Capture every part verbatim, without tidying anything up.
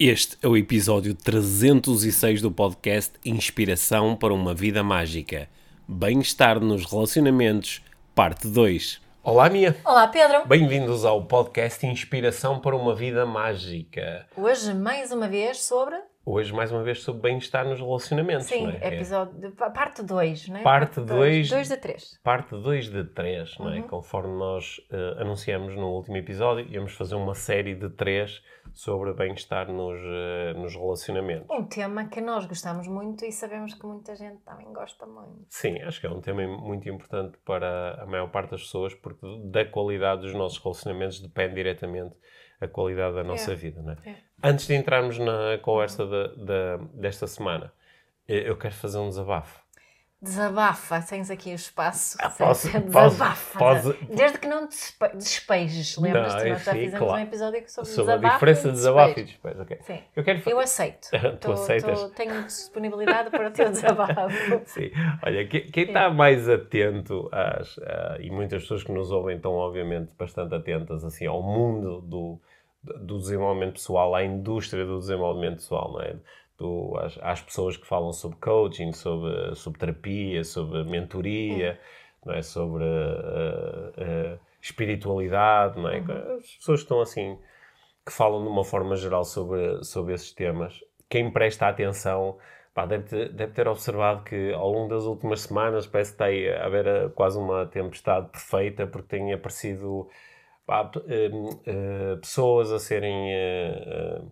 Este é o episódio trezentos e seis do podcast Inspiração para uma Vida Mágica. Bem-estar nos relacionamentos, parte dois. Olá, Mia. Olá, Pedro. Bem-vindos ao podcast Inspiração para uma Vida Mágica. Hoje, mais uma vez, sobre... Hoje, mais uma vez, sobre bem-estar nos relacionamentos. Sim, não é? episódio... De... Parte dois, não é? Parte dois. dois de três. Parte dois de três, não é? Uhum. Conforme nós uh, anunciamos no último episódio, íamos fazer uma série de três sobre bem-estar nos, uh, nos relacionamentos. Um tema que nós gostamos muito e sabemos que muita gente também gosta muito. Sim, acho que é um tema muito importante para a maior parte das pessoas, porque da qualidade dos nossos relacionamentos depende diretamente a qualidade da nossa É. vida, não é? É. Antes de entrarmos na conversa de, de, desta semana, eu quero fazer um desabafo. Desabafa, tens aqui o espaço. Ah, posso- Desabafa. posso- posso- Desde que não despe... despejes, lembras-te? Não, Nós já sim, fizemos claro. um episódio sobre, Sobre a desabafo diferença e de desabafo e despejo. despejo, ok. Sim. Eu quero fa- Eu aceito. Tu Tô- aceitas? tô- Tenho disponibilidade para o teu desabafo. Sim. Olha, que- quem está mais atento às, ah, e muitas pessoas que nos ouvem estão obviamente bastante atentas assim, ao mundo do, do desenvolvimento pessoal, à indústria do desenvolvimento pessoal, não é? Do, às, às pessoas que falam sobre coaching, sobre, sobre terapia, sobre mentoria, não é? Sobre ah, ah, espiritualidade, não é? As pessoas que estão assim, que falam de uma forma geral sobre, sobre esses temas. Quem presta atenção, pá, deve, ter, deve ter observado que ao longo das últimas semanas parece que está aí a haver eh, quase uma tempestade perfeita, porque têm aparecido pá, p- eh, eh, pessoas a serem eh, eh,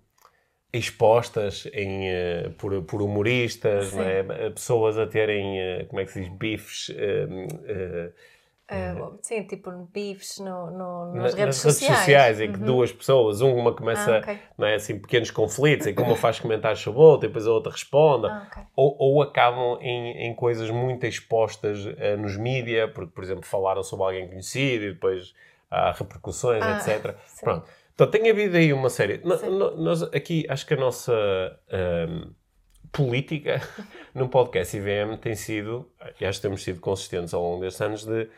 expostas em, eh, por, por humoristas, Sim. não é? Eh, Pessoas a terem, eh, como é que se diz, bifes eh, eh, Ah, sim, tipo bifes no, no, na- nas redes nas sociais. em que Uhum. duas pessoas, uma começa, Ah, ok. não é, assim, pequenos conflitos, em que uma faz comentários sobre a outra, e depois a outra responde, Ah, ok. ou, ou acabam em, em coisas muito expostas eh, nos mídia, porque, por exemplo, falaram sobre alguém conhecido e depois há repercussões, Ah, etcétera. sim. Pronto. Então, tem havido aí uma série... No- Sim. no- nós aqui, acho que a nossa ahm, política no podcast I V M tem sido, e acho que temos sido consistentes ao longo destes anos, de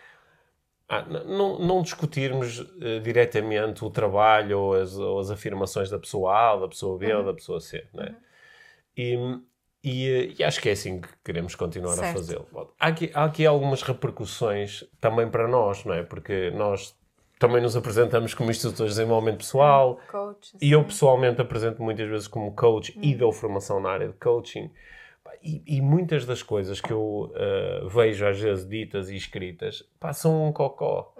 ah, n- não, não discutirmos eh, diretamente o trabalho ou as, ou as afirmações da pessoa A, ou da pessoa B ou da pessoa C, não é? E, e, eh, e acho que é assim que queremos continuar a Certo. fazê-lo. Bom, Há aqui, há aqui algumas repercussões também para nós, não é? Porque nós também nos apresentamos como instrutores de desenvolvimento pessoal, Coach, e eu sim. pessoalmente apresento muitas vezes como coach e dou formação na área de coaching. Pá, E, e muitas das coisas que eu uh, vejo às vezes ditas e escritas pá, são um cocó.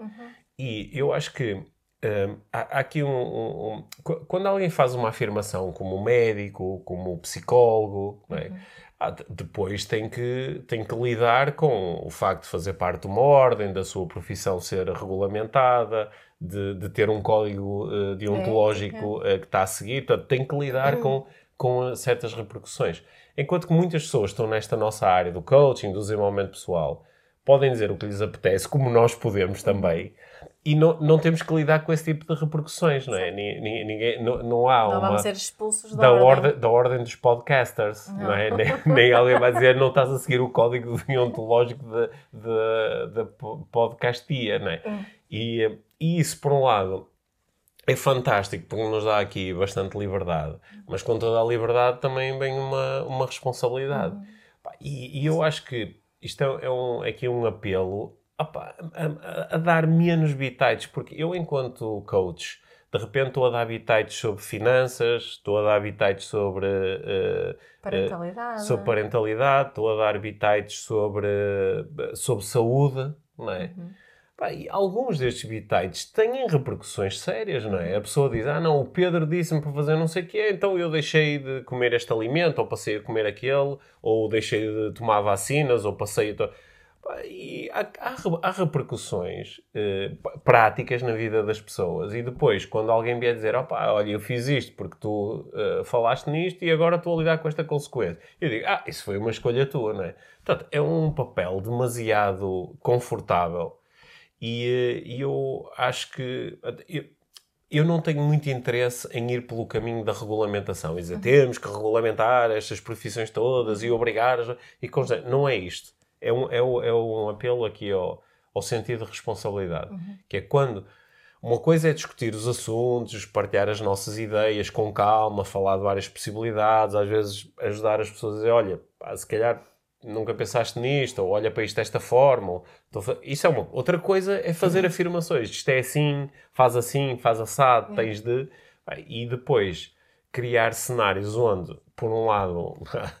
E eu acho que um, há, há aqui um, um- um- qu- Quando alguém faz uma afirmação como médico, como psicólogo, não é? Ah, de- depois tem que, tem que lidar com o facto de fazer parte de uma ordem, da sua profissão ser regulamentada, de, de ter um código uh, deontológico uh, que está a seguir. Portanto, tem que lidar com, com uh, certas repercussões. Enquanto que muitas pessoas estão nesta nossa área do coaching, do desenvolvimento pessoal, podem dizer o que lhes apetece, como nós podemos também, e não, não temos que lidar com esse tipo de repercussões, não é? Ni- ni- Ninguém, não, não há Não uma... vamos ser expulsos da, Da ordem. ordem, da ordem dos podcasters, não, é? Nem, nem alguém vai dizer não estás a seguir o código deontológico da de, de, de podcastia, não é? E, eh, e isso, por um lado, é fantástico porque nos dá aqui bastante liberdade, mas com toda a liberdade também vem uma, uma responsabilidade. Pá, E, e eu acho que isto é, é um, é aqui um apelo opá, a, a- a dar menos bitites, porque eu, enquanto coach, de repente estou a dar bitites sobre finanças, estou a dar bitites sobre, eh, Parentalidade. eh, sobre parentalidade, estou a dar bitites sobre, sobre saúde, não é? Pá, e alguns destes bitites têm repercussões sérias, não é? A pessoa diz, ah não, o Pedro disse-me para fazer não sei o quê, então eu deixei de comer este alimento, ou passei a comer aquele, ou deixei de tomar vacinas, ou passei a... to- Pá, E há, há, há repercussões eh, p- práticas na vida das pessoas. E depois, quando alguém vier dizer, opá, olha, eu fiz isto porque tu eh, falaste nisto e agora estou a lidar com esta consequência. Eu digo, ah, isso foi uma escolha tua, não é? Portanto, é um papel demasiado confortável. E, eh, e eu acho que... Eu, eu não tenho muito interesse em ir pelo caminho da regulamentação. E dizer, temos que regulamentar estas profissões todas e obrigar... as- E consta- não é isto. É um, é um, é um apelo aqui ao, ao sentido de responsabilidade. Que é quando uma coisa é discutir os assuntos, partilhar as nossas ideias com calma, falar de várias possibilidades, às vezes ajudar as pessoas a dizer, olha, pá, se calhar nunca pensaste nisto, ou olha para isto desta forma. Ou, isso é uma. Outra coisa é fazer afirmações. Isto é assim, faz assim, faz assado, tens de... E depois criar cenários onde, por um lado,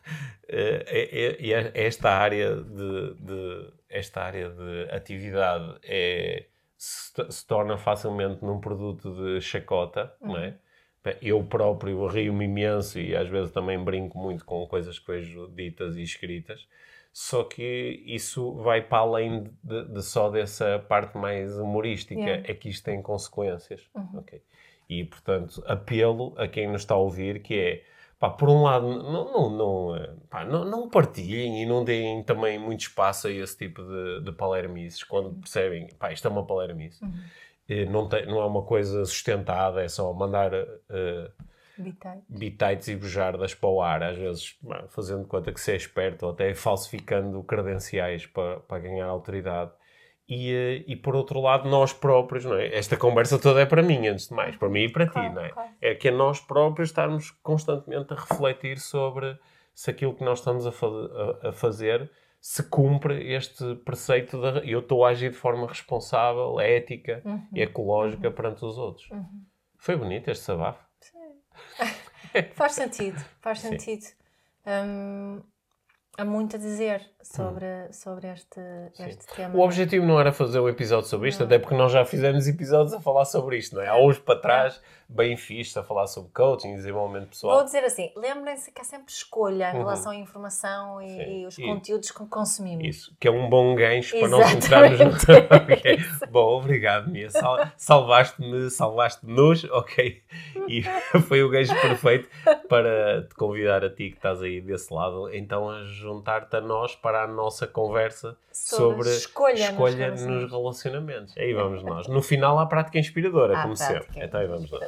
esta área de, de, esta área de atividade é, se, se torna facilmente num produto de chacota, uhum. não é? Eu próprio rio-me imenso e às vezes também brinco muito com coisas que vejo ditas e escritas, só que isso vai para além de, de só dessa parte mais humorística, yeah. é que isto tem consequências. Uhum. Okay. E, portanto, apelo a quem nos está a ouvir, que é, pá, por um lado, não, não, não, pá, não, não partilhem e não deem também muito espaço a esse tipo de, de palermices, quando percebem, pá, isto é uma palermice. Uhum. Não, tem, não é uma coisa sustentada, é só mandar uh, bitites e bujardas para o ar, às vezes fazendo conta que se é esperto ou até falsificando credenciais para, para ganhar autoridade. E, uh, e por outro lado, nós próprios, não é? Esta conversa toda é para mim, antes de mais, para mim e para claro, ti, não é? Claro. É que é nós próprios estarmos constantemente a refletir sobre se aquilo que nós estamos a, fa- a, a fazer se cumpre este preceito de eu estou a agir de forma responsável, ética uhum. e ecológica uhum. perante os outros. Uhum. Foi bonito este desabafo? Sim. Faz sentido, faz Sim. sentido. Hum, há muito a dizer sobre, hum. sobre este, este tema. O objetivo não era fazer um episódio sobre isto, não. até porque nós já fizemos episódios a falar sobre isto, não é? Há uns para trás, bem fixos, a falar sobre coaching, desenvolvimento pessoal. Vou dizer assim, lembrem-se que há sempre escolha em uhum. relação à informação e, e os e, conteúdos que consumimos. Isso, que é um bom gancho para nós entrarmos no... okay. Bom, obrigado, Mia. Sal, salvaste-me, salvaste-nos, ok. E foi o gancho perfeito para te convidar a ti que estás aí desse lado, então a juntar-te a nós para a nossa conversa sobre, sobre escolha, escolha nos, nos relacionamentos. Aí vamos nós. No final, há a prática inspiradora, há como prática sempre. Então aí vamos lá.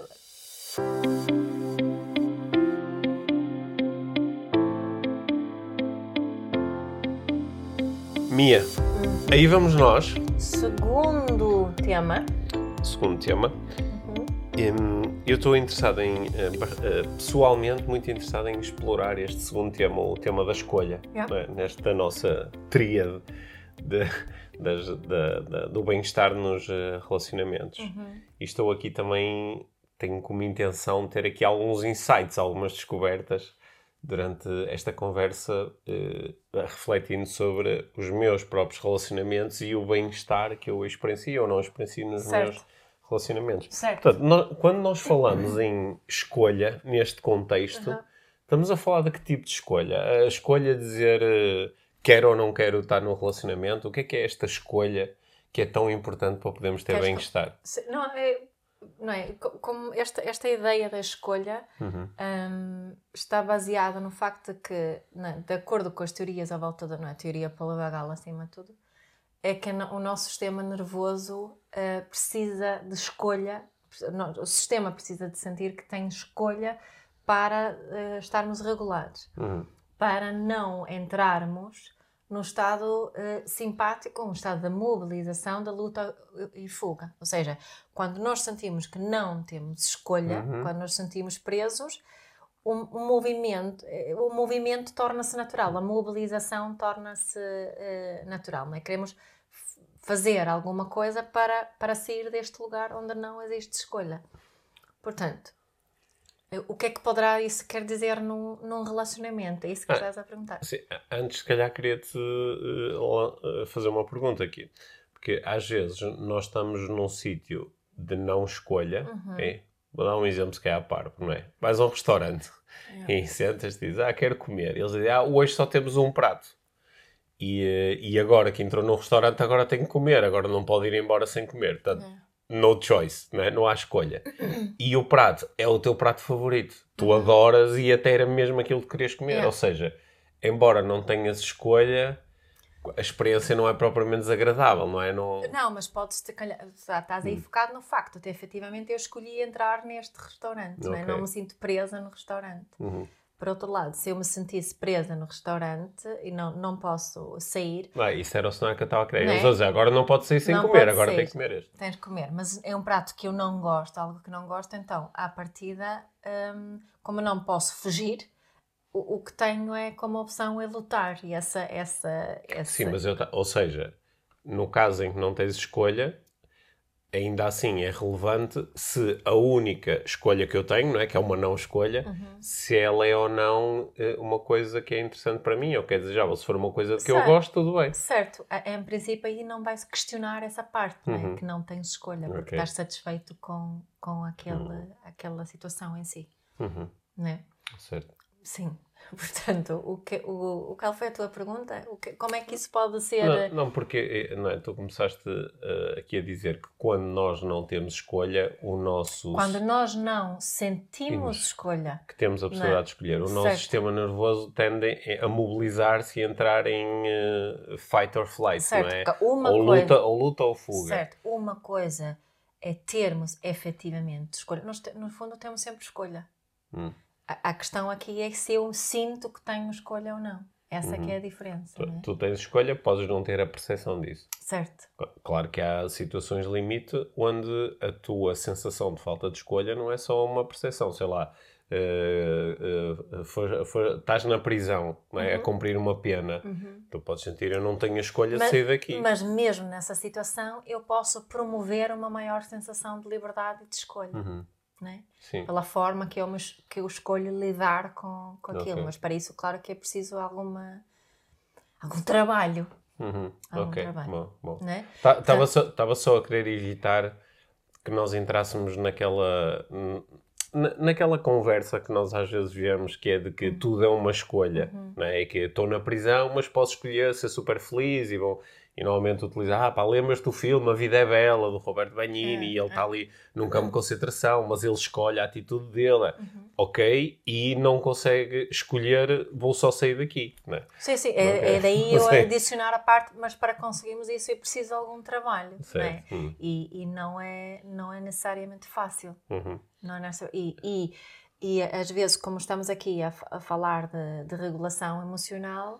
Mia, hum. aí vamos nós. Segundo tema. Segundo tema. Uhum. Eu estou interessado em, pessoalmente, muito interessado em explorar este segundo tema, o tema da escolha, yeah. né? Nesta nossa tríade de, das, da, da, do bem-estar nos relacionamentos. Uhum. E estou aqui também, tenho como intenção ter aqui alguns insights, algumas descobertas durante esta conversa, refletindo sobre os meus próprios relacionamentos e o bem-estar que eu experiencio ou não experiencio nos certo. meus relacionamentos. Certo. Portanto, nós, quando nós falamos em escolha, neste contexto, uhum. estamos a falar de que tipo de escolha? A escolha de dizer uh, quero ou não quero estar no relacionamento? O que é que é esta escolha que é tão importante para podermos ter Queres bem-estar? Que... Não, é, não é? Como esta, esta ideia da escolha uhum. um, está baseada no facto de que, não, de acordo com as teorias à volta da não é? Teoria Palabagal acima de tudo, é que o nosso sistema nervoso uh, precisa de escolha, o sistema precisa de sentir que tem escolha para uh, estarmos regulados, uhum. para não entrarmos num estado uh, simpático, um estado da mobilização, da luta e fuga. Ou seja, quando nós sentimos que não temos escolha, uhum. quando nos sentimos presos, o, o movimento, o movimento torna-se natural, a mobilização torna-se uh, natural. Não é? Queremos fazer alguma coisa para, para sair deste lugar onde não existe escolha. Portanto, o que é que poderá isso quer dizer num, num relacionamento? É isso que ah, estás a perguntar. Sim. Antes, se calhar, queria-te uh, fazer uma pergunta aqui. Porque, às vezes, nós estamos num sítio de não escolha. Uhum. É? Vou dar um exemplo, se calhar, a par, não é? Vais a um restaurante uhum. e sentas-te e dizes, ah, quero comer. E eles dizem, ah, hoje só temos um prato. E, e agora que entrou no restaurante, agora tem que comer, agora não pode ir embora sem comer. Portanto, é. no choice, não, é? Não há escolha. E o prato é o teu prato favorito. Tu uhum. adoras e até era mesmo aquilo que querias comer. É. Ou seja, embora não tenhas escolha, a experiência não é propriamente desagradável, não é? Não, não mas podes te calhar, estás aí hum. focado no facto de, efetivamente, eu escolhi entrar neste restaurante, okay. não é? Não me sinto presa no restaurante. Uhum. Por outro lado, se eu me sentisse presa no restaurante e não, não posso sair... Ah, isso era o cenário que eu estava a querer. Não é? Eles dizem, agora não pode sair sem Não comer, pode agora sair. tem que comer este. Tens de comer, mas é um prato que eu não gosto, algo que não gosto, então, à partida, hum, como eu não posso fugir, o, o que tenho é como opção é lutar. E essa... essa, essa... Sim, mas eu... ta- Ou seja, no caso em que não tens escolha, ainda assim é relevante se a única escolha que eu tenho, não é? Que é uma não escolha, Uhum. se ela é ou não eh, uma coisa que é interessante para mim, ou que é desejável. Se for uma coisa de que eu Certo. gosto, tudo bem. Certo, A- em princípio aí não vais questionar essa parte, não é? Uhum. Que não tens escolha, porque Ok. estás satisfeito com, com aquele, aquela situação em si, Uhum. não é? Certo. Sim. Portanto, o que, o, o, qual foi a tua pergunta? O que, como é que isso pode ser... Não, não, porque eh, não é, tu começaste eh, aqui a dizer que quando nós não temos escolha, o nosso... Quando nós não sentimos Temos. escolha... que temos a possibilidade Não é? de escolher. O nosso Certo. sistema nervoso tende a mobilizar-se e entrar em uh, fight or flight, Certo, não é? porque uma ou, coisa- luta, ou luta ou fuga. Certo, uma coisa é termos efetivamente escolha. Nós, te- no fundo, temos sempre escolha. Hum. A, a questão aqui é se eu sinto que tenho escolha ou não. Essa que é a diferença, Tu, não é? tu tens escolha, podes não ter a percepção disso. Certo. Claro que há situações limite onde a tua sensação de falta de escolha não é só uma percepção, sei lá, uh, uh, for, for, estás na prisão, não é? A cumprir uma pena, tu podes sentir, eu não tenho a escolha de sair daqui. Mas mesmo nessa situação eu posso promover uma maior sensação de liberdade e de escolha. Uhum. Não é? Sim. Pela forma que eu, me, que eu escolho lidar com, com aquilo. Ok. Mas para isso, claro que é preciso alguma, algum trabalho. Uhum. Algum Ok, trabalho. bom, bom. Não é? Estava só, tava só a querer evitar que nós entrássemos naquela, na- naquela conversa que nós às vezes vemos, que é de que tudo é uma escolha, não é? E que estou na prisão, mas posso escolher ser super feliz e vão... E normalmente utiliza, ah pá, lembras do filme A Vida é Bela, do Roberto Benigni, e ele está ali num campo de concentração, mas ele escolhe a atitude dele, ok, e não consegue escolher, vou só sair daqui, não é? Sim, sim, Ok. é, é daí eu Sim. adicionar a parte, mas para conseguirmos isso é preciso algum trabalho, não é? Certo. Hum. E, e não, é, não é necessariamente fácil. Uhum. Não é necess... e, e, e às vezes, como estamos aqui a, a falar de, de regulação emocional,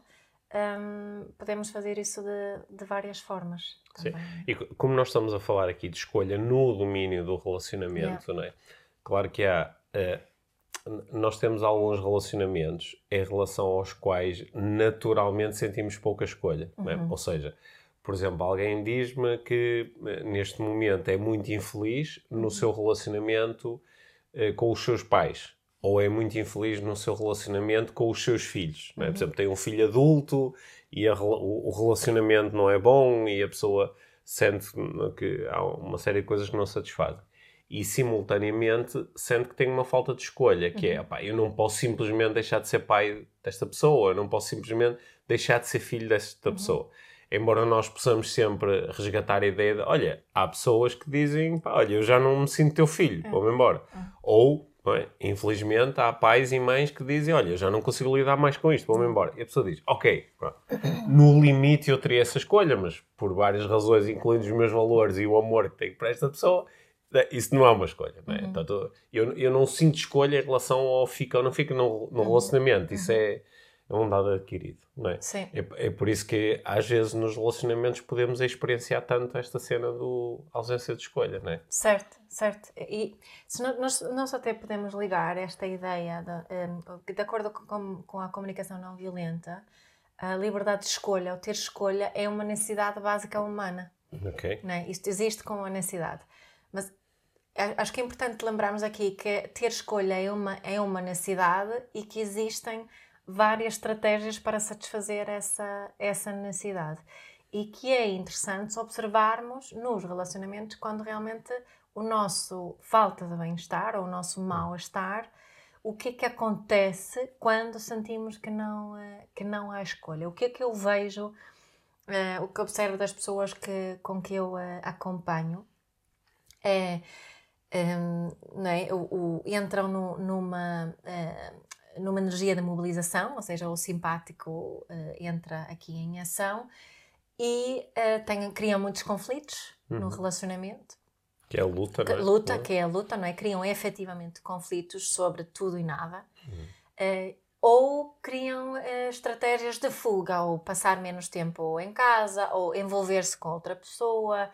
hum, podemos fazer isso de, de várias formas. Sim. Também. E co- como nós estamos a falar aqui de escolha no domínio do relacionamento, não é? Claro que há... eh, n- nós temos alguns relacionamentos em relação aos quais naturalmente sentimos pouca escolha, não é? Ou seja, por exemplo, alguém diz-me que eh, neste momento é muito infeliz no seu relacionamento eh, com os seus pais. Ou é muito infeliz no seu relacionamento com os seus filhos. Não é? Por exemplo, tem um filho adulto e a rela- o o relacionamento não é bom e a pessoa sente que há uma série de coisas que não satisfazem. E, simultaneamente, sente que tem uma falta de escolha, que é, opá, eu não posso simplesmente deixar de ser pai desta pessoa, eu não posso simplesmente deixar de ser filho desta pessoa. Embora nós possamos sempre resgatar a ideia de, olha, há pessoas que dizem, pá, olha, eu já não me sinto teu filho, vou-me embora. Ou, não é? Infelizmente, há pais e mães que dizem, olha, eu já não consigo lidar mais com isto, vou-me embora. E a pessoa diz, ok, pronto. No limite eu teria essa escolha, mas por várias razões, incluindo os meus valores e o amor que tenho para esta pessoa, isso não é uma escolha, não é? Uhum. Portanto, eu, eu não sinto escolha em relação ao fica ou não fica no, no relacionamento. Isso é, é um dado adquirido, não é? Sim. É, é por isso que, às vezes, nos relacionamentos podemos experienciar tanto esta cena do ausência de escolha, não é? Certo, certo. E se no- nós, nós até podemos ligar esta ideia, de, de acordo com, com a comunicação não violenta, a liberdade de escolha, ou ter escolha, é uma necessidade básica humana. Ok? Não é? Isto existe como uma necessidade. Mas a- acho que é importante lembrarmos aqui que ter escolha é uma, é uma necessidade e que existem várias estratégias para satisfazer essa, essa necessidade. E que é interessante observarmos nos relacionamentos quando realmente o nosso falta de bem-estar ou o nosso mal-estar, o que é que acontece quando sentimos que não, eh, que não há escolha. O que é que eu vejo, eh, o que observo das pessoas que, com que eu eh, acompanho, é, um, não é? O, o, entram no, numa, uh, numa energia de mobilização, ou seja, o simpático uh, entra aqui em ação e uh, tem, criam muitos conflitos uhum. no relacionamento. Que é a luta, não é? Luta, que é a luta, não é? Criam efetivamente conflitos sobre tudo e nada. Uhum. Uh, ou criam uh, estratégias de fuga, ou passar menos tempo em casa, ou envolver-se com outra pessoa,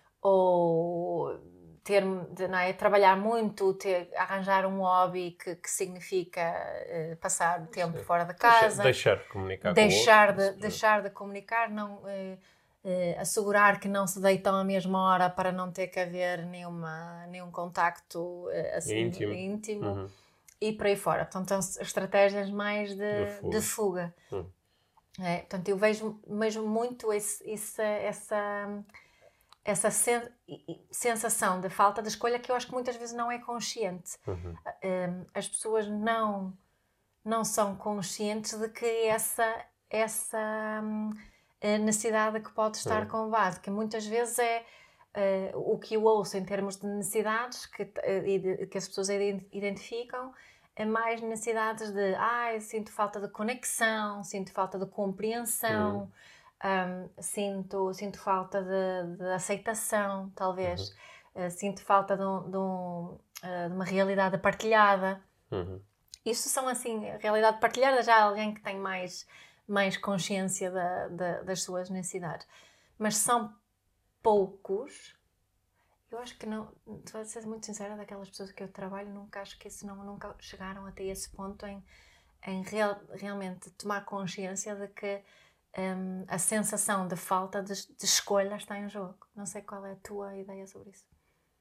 ou ter, não é, trabalhar muito, ter, arranjar um hobby que, que significa uh, passar tempo Sim. fora da casa. Deixar, deixar de comunicar deixar com outros. De, deixar de comunicar, não, uh, uh, assegurar que não se deitam à mesma hora para não ter que haver nenhuma, nenhum contacto uh, assim, íntimo. íntimo. Uhum. E por aí fora. Portanto, são estratégias mais de, de fuga. De fuga. Hum. É, portanto, eu vejo, vejo muito esse, esse, essa, essa sen, sensação de falta de escolha que eu acho que muitas vezes não é consciente. Uhum. Um, as pessoas não, não são conscientes de que essa, essa um, necessidade que pode estar uhum. com base, que muitas vezes é uh, o que eu ouço em termos de necessidades que, uh, que as pessoas identificam, é mais necessidades de ah, eu sinto falta de conexão, sinto falta de compreensão, uhum. um, sinto, sinto falta de, de aceitação, talvez, uhum. uh, sinto falta de, um, de, um, uh, de uma realidade partilhada. Uhum. Isso são assim, realidade partilhada já alguém que tem mais, mais consciência da, da, das suas necessidades. Mas são poucos. Eu acho que não, vou ser muito sincera, daquelas pessoas que eu trabalho, nunca acho que isso não, nunca chegaram até esse ponto em, em real, realmente tomar consciência de que um, a sensação de falta de, de escolha está em jogo. Não sei qual é a tua ideia sobre isso.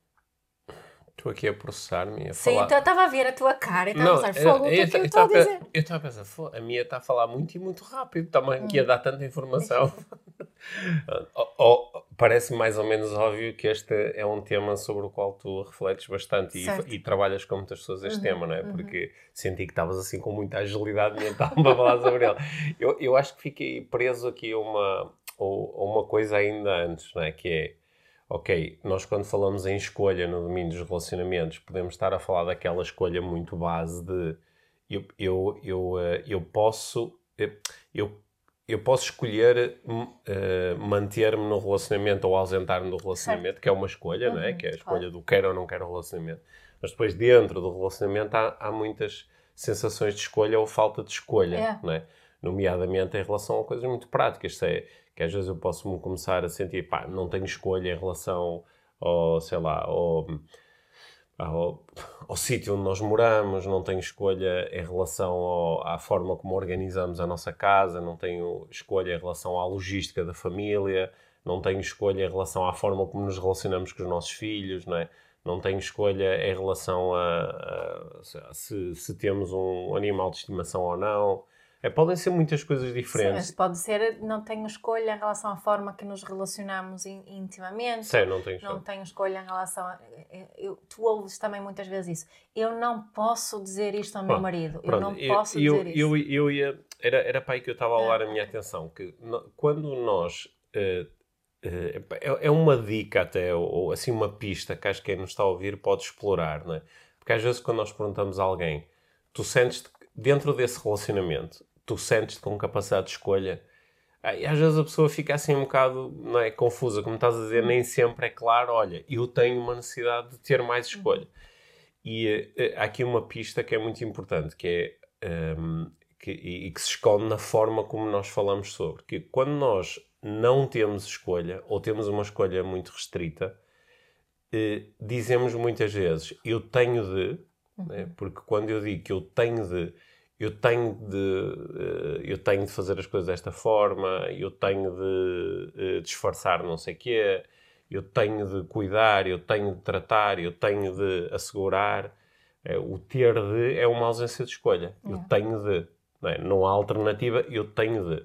Estou aqui a processar-me, a Sim, falar... Sim, estava a ver a tua cara e estava a pensar, fogo, o que é que eu estou a dizer? Eu estava a pensar, a minha está a falar muito e muito rápido, está-me aqui hum. a dar tanta informação. oh, oh, Parece mais ou menos óbvio que este é um tema sobre o qual tu refletes bastante e, e trabalhas com muitas pessoas este uhum, tema, não é? Uhum. Porque senti que estavas assim com muita agilidade mental para falar sobre ele. Eu, eu acho que fiquei preso aqui a uma, a uma coisa ainda antes, não é? Que é, ok, nós quando falamos em escolha no domínio dos relacionamentos, podemos estar a falar daquela escolha muito base de eu, eu, eu, eu posso... Eu, eu Eu posso escolher uh, manter-me no relacionamento ou ausentar-me do relacionamento, certo. Que é uma escolha, uhum, não é? Que é a escolha claro. Do quero ou não quero o relacionamento. Mas depois, dentro do relacionamento, há, há muitas sensações de escolha ou falta de escolha, é. Não é? Nomeadamente em relação a coisas muito práticas. Sei, que às vezes eu posso me começar a sentir, pá, não tenho escolha em relação ao, sei lá, ao... Ao, ao sítio onde nós moramos, não tenho escolha em relação ao, à forma como organizamos a nossa casa, não tenho escolha em relação à logística da família, não tenho escolha em relação à forma como nos relacionamos com os nossos filhos, não é? Não tenho escolha em relação a, a, a se, se temos um animal de estimação ou não. É, podem ser muitas coisas diferentes. Sim, mas pode ser, não tenho escolha em relação à forma que nos relacionamos in, intimamente. Sim, não tenho escolha. Não tenho escolha em relação a... Eu, tu ouves também muitas vezes isso. Eu não posso dizer isto ao meu pronto, marido. Pronto, eu não eu, posso eu, dizer eu, isso. Eu ia... Era, era para aí que eu estava a levar ah, a minha okay. atenção. Que no, quando nós... Uh, uh, é, é uma dica até, ou, ou assim uma pista que acho que quem nos está a ouvir pode explorar, não é? Porque às vezes quando nós perguntamos a alguém, tu sentes-te dentro desse relacionamento... tu sentes-te com capacidade de escolha. E às vezes a pessoa fica assim um bocado, não é, confusa, como estás a dizer, nem sempre é claro, olha, eu tenho uma necessidade de ter mais escolha. E uh, há aqui uma pista que é muito importante, que é, um, que, e, e que se esconde na forma como nós falamos sobre, que quando nós não temos escolha, ou temos uma escolha muito restrita, uh, dizemos muitas vezes, eu tenho de, uhum. né, porque quando eu digo que eu tenho de, Eu tenho, de, eu tenho de fazer as coisas desta forma, eu tenho de disfarçar não sei o quê, eu tenho de cuidar, eu tenho de tratar, eu tenho de assegurar. O ter de é uma ausência de escolha. É. Eu tenho de. Não, é? Não há alternativa, eu tenho de.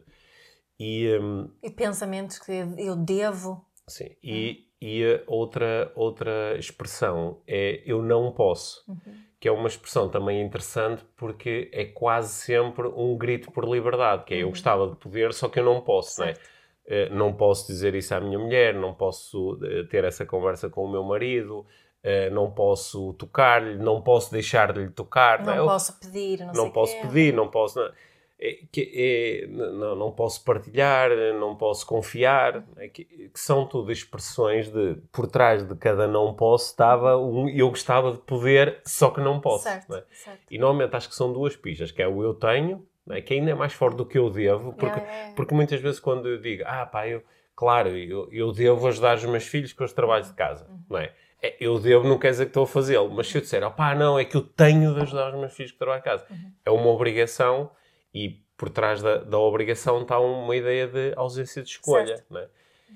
E, um, e pensamentos que eu devo. Sim. E, hum. e a outra, outra expressão é eu não posso. Uhum. Que é uma expressão também interessante porque é quase sempre um grito por liberdade, que é, uhum. eu gostava de poder, só que eu não posso, não é? Uh, não posso dizer isso à minha mulher, não posso uh, ter essa conversa com o meu marido, uh, não posso tocar-lhe, não posso deixar de lhe tocar. Não, não é? posso pedir, não, não sei posso quê. pedir, não posso... Não. é, que é, não, não posso partilhar, não posso confiar, é, que, que são tudo expressões de, por trás de cada não posso estava um eu gostava de poder, só que não posso. Certo, Não é? certo. E normalmente acho que são duas pistas, que é o eu tenho, não é? Que ainda é mais forte do que eu devo, porque, Yeah, yeah. porque muitas vezes quando eu digo, ah pá, eu, claro, eu, eu devo ajudar os meus filhos com os trabalhos de casa, não é? É, eu devo não quer dizer que estou a fazê-lo, mas se eu disser, opá, não, é que eu tenho de ajudar os meus filhos com o trabalho de casa, é uma obrigação e por trás da, da obrigação está uma ideia de ausência de escolha, não é?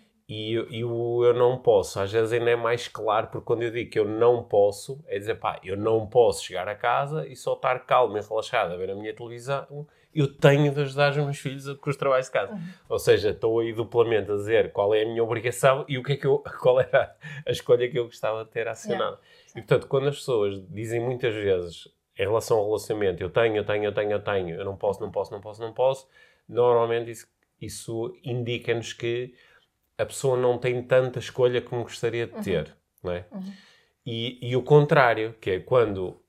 E, e o eu não posso, às vezes ainda é mais claro, porque quando eu digo que eu não posso, é dizer, pá, eu não posso chegar a casa e só estar calmo e relaxado a ver a minha televisão, eu tenho de ajudar os meus filhos com os trabalhos de casa. Uhum. Ou seja, estou aí duplamente a dizer qual é a minha obrigação e o que é que eu, qual era a escolha que eu gostava de ter acionado. Yeah. E, portanto, quando as pessoas dizem muitas vezes, em relação ao relacionamento, eu tenho, eu tenho, eu tenho, eu tenho, eu não posso, não posso, não posso, não posso, normalmente isso, isso indica-nos que a pessoa não tem tanta escolha como gostaria de ter, uhum. não é? Uhum. E, e o contrário, que é quando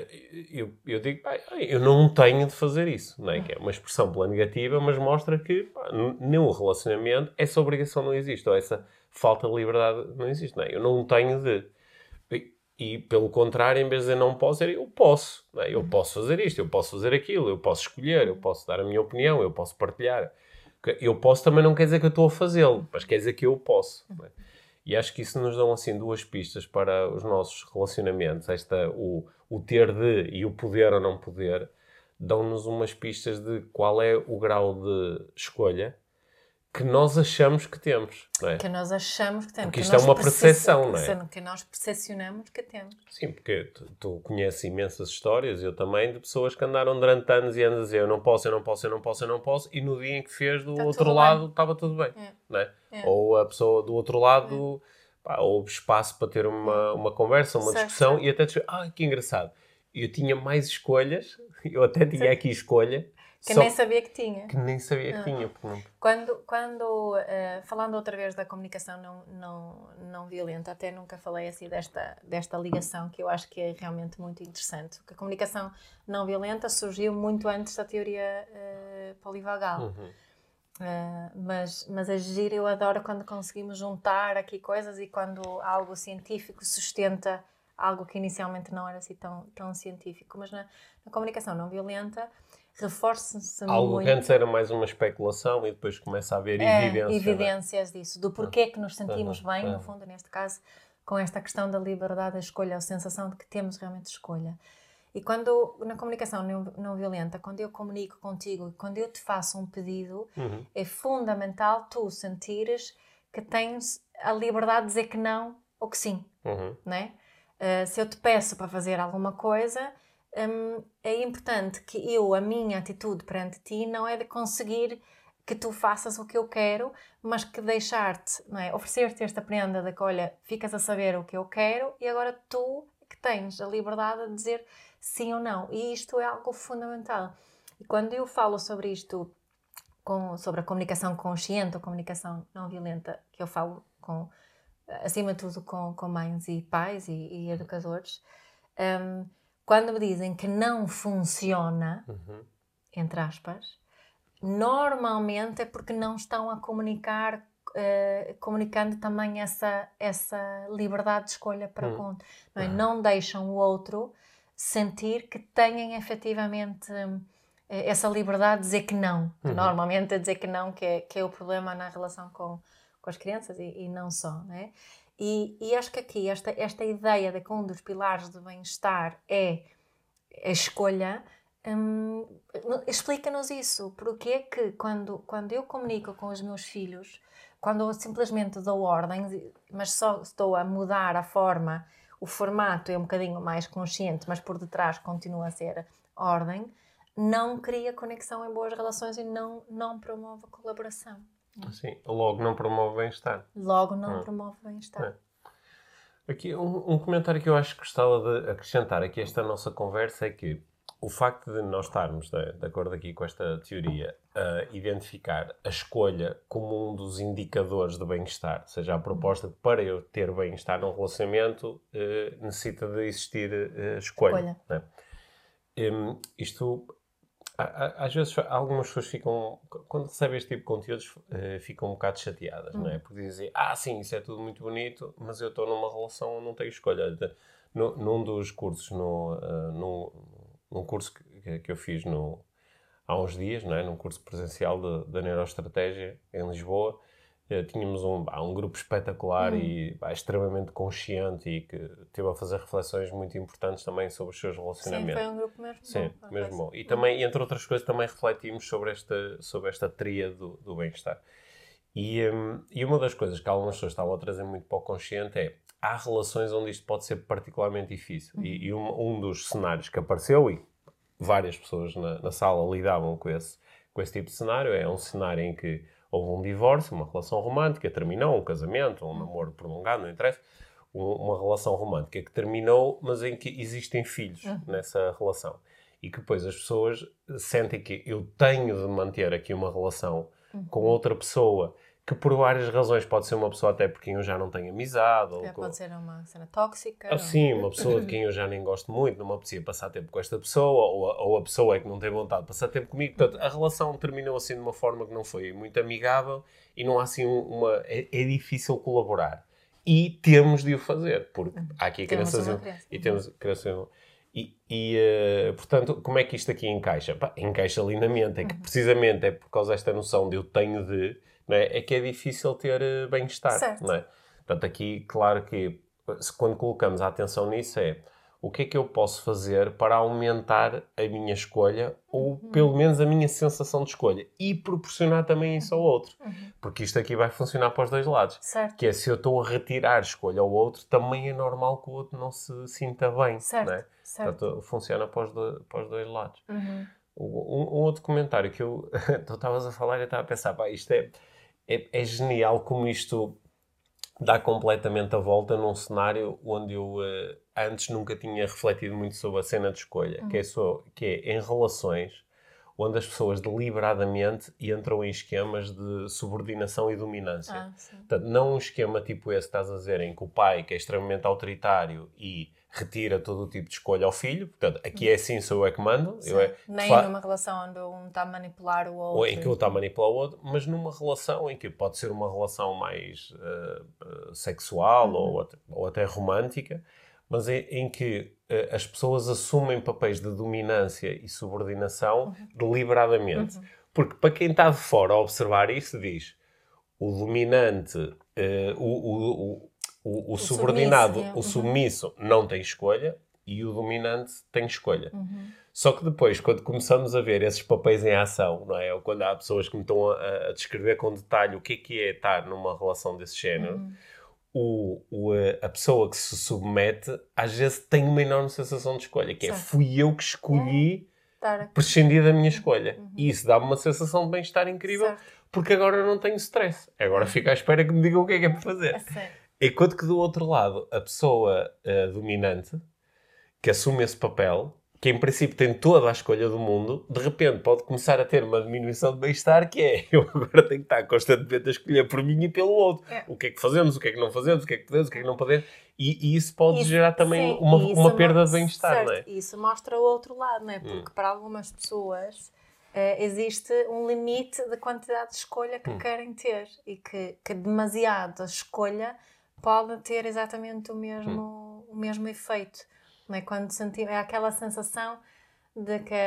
eu, eu digo, pá, eu não tenho de fazer isso, não é? Que é uma expressão pela negativa, mas mostra que pá, nenhum relacionamento, essa obrigação não existe, ou essa falta de liberdade não existe, não é? Eu não tenho de... E, e pelo contrário, em vez de dizer não posso, eu posso, não é? Eu posso fazer isto, eu posso fazer aquilo, eu posso escolher, eu posso dar a minha opinião, eu posso partilhar. Eu posso também não quer dizer que eu estou a fazê-lo, mas quer dizer que eu posso. Não é? E acho que isso nos dão assim duas pistas para os nossos relacionamentos. Esta, o, o ter de e o poder ou não poder dão-nos umas pistas de qual é o grau de escolha que nós achamos que temos, não é? Que nós achamos que temos. Porque isto é uma percepção, não é? Que nós percepcionamos que temos. Sim, porque tu, tu conheces imensas histórias, eu também, de pessoas que andaram durante anos e anos a dizer eu não posso, eu não posso, eu não posso, eu não posso, e no dia em que fez do tá outro lado bem. Estava tudo bem, é. Não é? É. Ou a pessoa do outro lado, é. Pá, houve espaço para ter uma, uma conversa, uma certo, discussão, certo. E até dizer, ah, que engraçado, eu tinha mais escolhas, eu até tinha certo. Aqui escolha, que nem sabia que tinha. Que nem sabia que ah. tinha. Quando, quando uh, falando outra vez da comunicação não, não, não violenta, até nunca falei assim desta, desta ligação que eu acho que é realmente muito interessante. Porque a comunicação não violenta surgiu muito antes da teoria uh, polivagal. Uhum. Uh, mas, mas a giro eu adoro quando conseguimos juntar aqui coisas e quando algo científico sustenta algo que inicialmente não era assim tão, tão científico. Mas na, na comunicação não violenta reforça-se algo muito... que antes era mais uma especulação e depois começa a haver é, evidência. Evidências né? Disso, do porquê que nos sentimos uhum, bem, uhum. no fundo, neste caso, com esta questão da liberdade da escolha, a sensação de que temos realmente escolha. E quando, na comunicação não, não violenta, quando eu comunico contigo, quando eu te faço um pedido, uhum. é fundamental tu sentires que tens a liberdade de dizer que não ou que sim. Uhum. Né? Uh, se eu te peço para fazer alguma coisa... Um, é importante que eu, a minha atitude perante ti não é de conseguir que tu faças o que eu quero, mas que deixar-te, não é? Oferecer-te esta prenda de que, olha, ficas a saber o que eu quero e agora tu que tens a liberdade de dizer sim ou não. E isto é algo fundamental. E quando eu falo sobre isto, com, sobre a comunicação consciente ou comunicação não violenta, que eu falo com, acima de tudo com, com mães e pais e, e educadores, um, quando me dizem que não funciona, uhum. entre aspas, normalmente é porque não estão a comunicar, uh, comunicando também essa, essa liberdade de escolha para uhum. conta. Não, é? Não deixam o outro sentir que têm efetivamente uh, essa liberdade de dizer que não. Que uhum. Normalmente é dizer que não que é, que é o problema na relação com, com as crianças e, e não só, não é? E, e acho que aqui esta, esta ideia de que um dos pilares do bem-estar é a escolha, hum, explica-nos isso. Porque é que quando, quando eu comunico com os meus filhos, quando eu simplesmente dou ordens, mas só estou a mudar a forma, o formato é um bocadinho mais consciente, mas por detrás continua a ser ordem, não cria conexão em boas relações e não, não promove a colaboração. Sim, logo não promove bem-estar. Logo não hum. promove bem-estar. É. Aqui, um, um comentário que eu acho que gostava de acrescentar aqui a esta nossa conversa é que o facto de nós estarmos de, de acordo aqui com esta teoria a identificar a escolha como um dos indicadores de bem-estar, ou seja, a proposta de para eu ter bem-estar num relacionamento eh, necessita de existir eh, escolha. escolha. Né? Um, isto Às vezes algumas pessoas ficam, quando recebem este tipo de conteúdos, ficam um bocado chateadas, hum. não é? Porque dizem, ah, sim, isso é tudo muito bonito, mas eu estou numa relação onde não tenho escolha. No, num dos cursos, no, uh, num, num curso que, que eu fiz no, há uns dias, não é? Num curso presencial da Neuroestratégia, em Lisboa, Uh, tínhamos um, bah, um grupo espetacular hum. e bah, extremamente consciente e que teve a fazer reflexões muito importantes também sobre os seus relacionamentos. Sim, foi um grupo mesmo Sim, bom. mesmo bom. E hum. também, entre outras coisas, também refletimos sobre esta, sobre esta tríade do, do bem-estar. E, um, e uma das coisas que algumas pessoas estavam a trazer muito para o consciente é há relações onde isto pode ser particularmente difícil. Hum. E, e um, um dos cenários que apareceu, e várias pessoas na, na sala lidavam com esse, com esse tipo de cenário, é um cenário em que houve um divórcio, uma relação romântica, terminou, um casamento, um namoro prolongado, não interessa, um, uma relação romântica que terminou, mas em que existem filhos uhum. nessa relação. E que depois as pessoas sentem que eu tenho de manter aqui uma relação uhum. com outra pessoa, que por várias razões pode ser uma pessoa até por quem eu já não tenho amizade. Ou é, com... Pode ser uma cena tóxica. Ah, sim, uma pessoa de quem eu já nem gosto muito, não me apetecia passar tempo com esta pessoa, ou a, ou a pessoa é que não tem vontade de passar tempo comigo. Portanto, a relação terminou assim de uma forma que não foi muito amigável e não há assim uma... É, é difícil colaborar. E temos de o fazer, porque há aqui crianças... E temos crianças... E, e uh, portanto, como é que isto aqui encaixa? Pá, encaixa lindamente. É que precisamente é por causa desta noção de eu tenho de... Não é? É que é difícil ter uh, bem-estar. Não é? Portanto, aqui, claro que quando colocamos a atenção nisso é o que é que eu posso fazer para aumentar a minha escolha ou uhum. pelo menos a minha sensação de escolha e proporcionar também isso ao outro. Uhum. Porque isto aqui vai funcionar para os dois lados. Certo. Que é se eu estou a retirar escolha ao outro, também é normal que o outro não se sinta bem. Certo. Não é? Certo. Portanto, funciona para os dois, para os dois lados. Uhum. Um, um outro comentário que eu... tu estavas a falar e eu estava a pensar, pá, isto é, é, é genial como isto... dá completamente a volta num cenário onde eu uh, antes nunca tinha refletido muito sobre a cena de escolha, uhum. que, é só, que é em relações onde as pessoas deliberadamente entram em esquemas de subordinação e dominância. Ah, Portanto, não um esquema tipo esse que estás a dizer, em que o pai, que é extremamente autoritário e retira todo o tipo de escolha ao filho, portanto, aqui é assim, sou eu é que mando. Eu é, Nem fa... numa relação onde um está a manipular o outro. Ou em que um está a manipular o outro, mas numa relação em que pode ser uma relação mais uh, uh, sexual uhum. ou, até, ou até romântica, mas em, em que uh, as pessoas assumem papéis de dominância e subordinação uhum. deliberadamente. Uhum. Porque para quem está de fora a observar isso, diz o dominante, uh, o, o, o O, o, o subordinado, submisso, o submisso uhum. não tem escolha e o dominante tem escolha. Uhum. Só que depois, quando começamos a ver esses papéis em ação, não é? Ou quando há pessoas que me estão a, a descrever com detalhe o que é que é estar numa relação desse género, uhum. o, o, a pessoa que se submete, às vezes tem uma enorme sensação de escolha, que certo. É fui eu que escolhi é. prescindir da minha escolha. Uhum. E isso dá-me uma sensação de bem-estar incrível, certo. Porque agora eu não tenho stress. Agora fico à espera que me digam o que é que é para fazer. É Enquanto que do outro lado, a pessoa uh, dominante, que assume esse papel, que em princípio tem toda a escolha do mundo, de repente pode começar a ter uma diminuição de bem-estar, que é, eu agora tenho que estar constantemente a escolher por mim e pelo outro. É. O que é que fazemos, o que é que não fazemos, o que é que podemos, o que é que não podemos. E, e isso pode isso, gerar também sim, uma, uma perda de bem-estar, não é? Isso mostra o outro lado, não é? Porque hum. para algumas pessoas... Uh, existe um limite da quantidade de escolha que hum. querem ter e que, que demasiada escolha pode ter exatamente o mesmo, hum. o mesmo efeito. Não é? Quando sentimos, é aquela sensação de que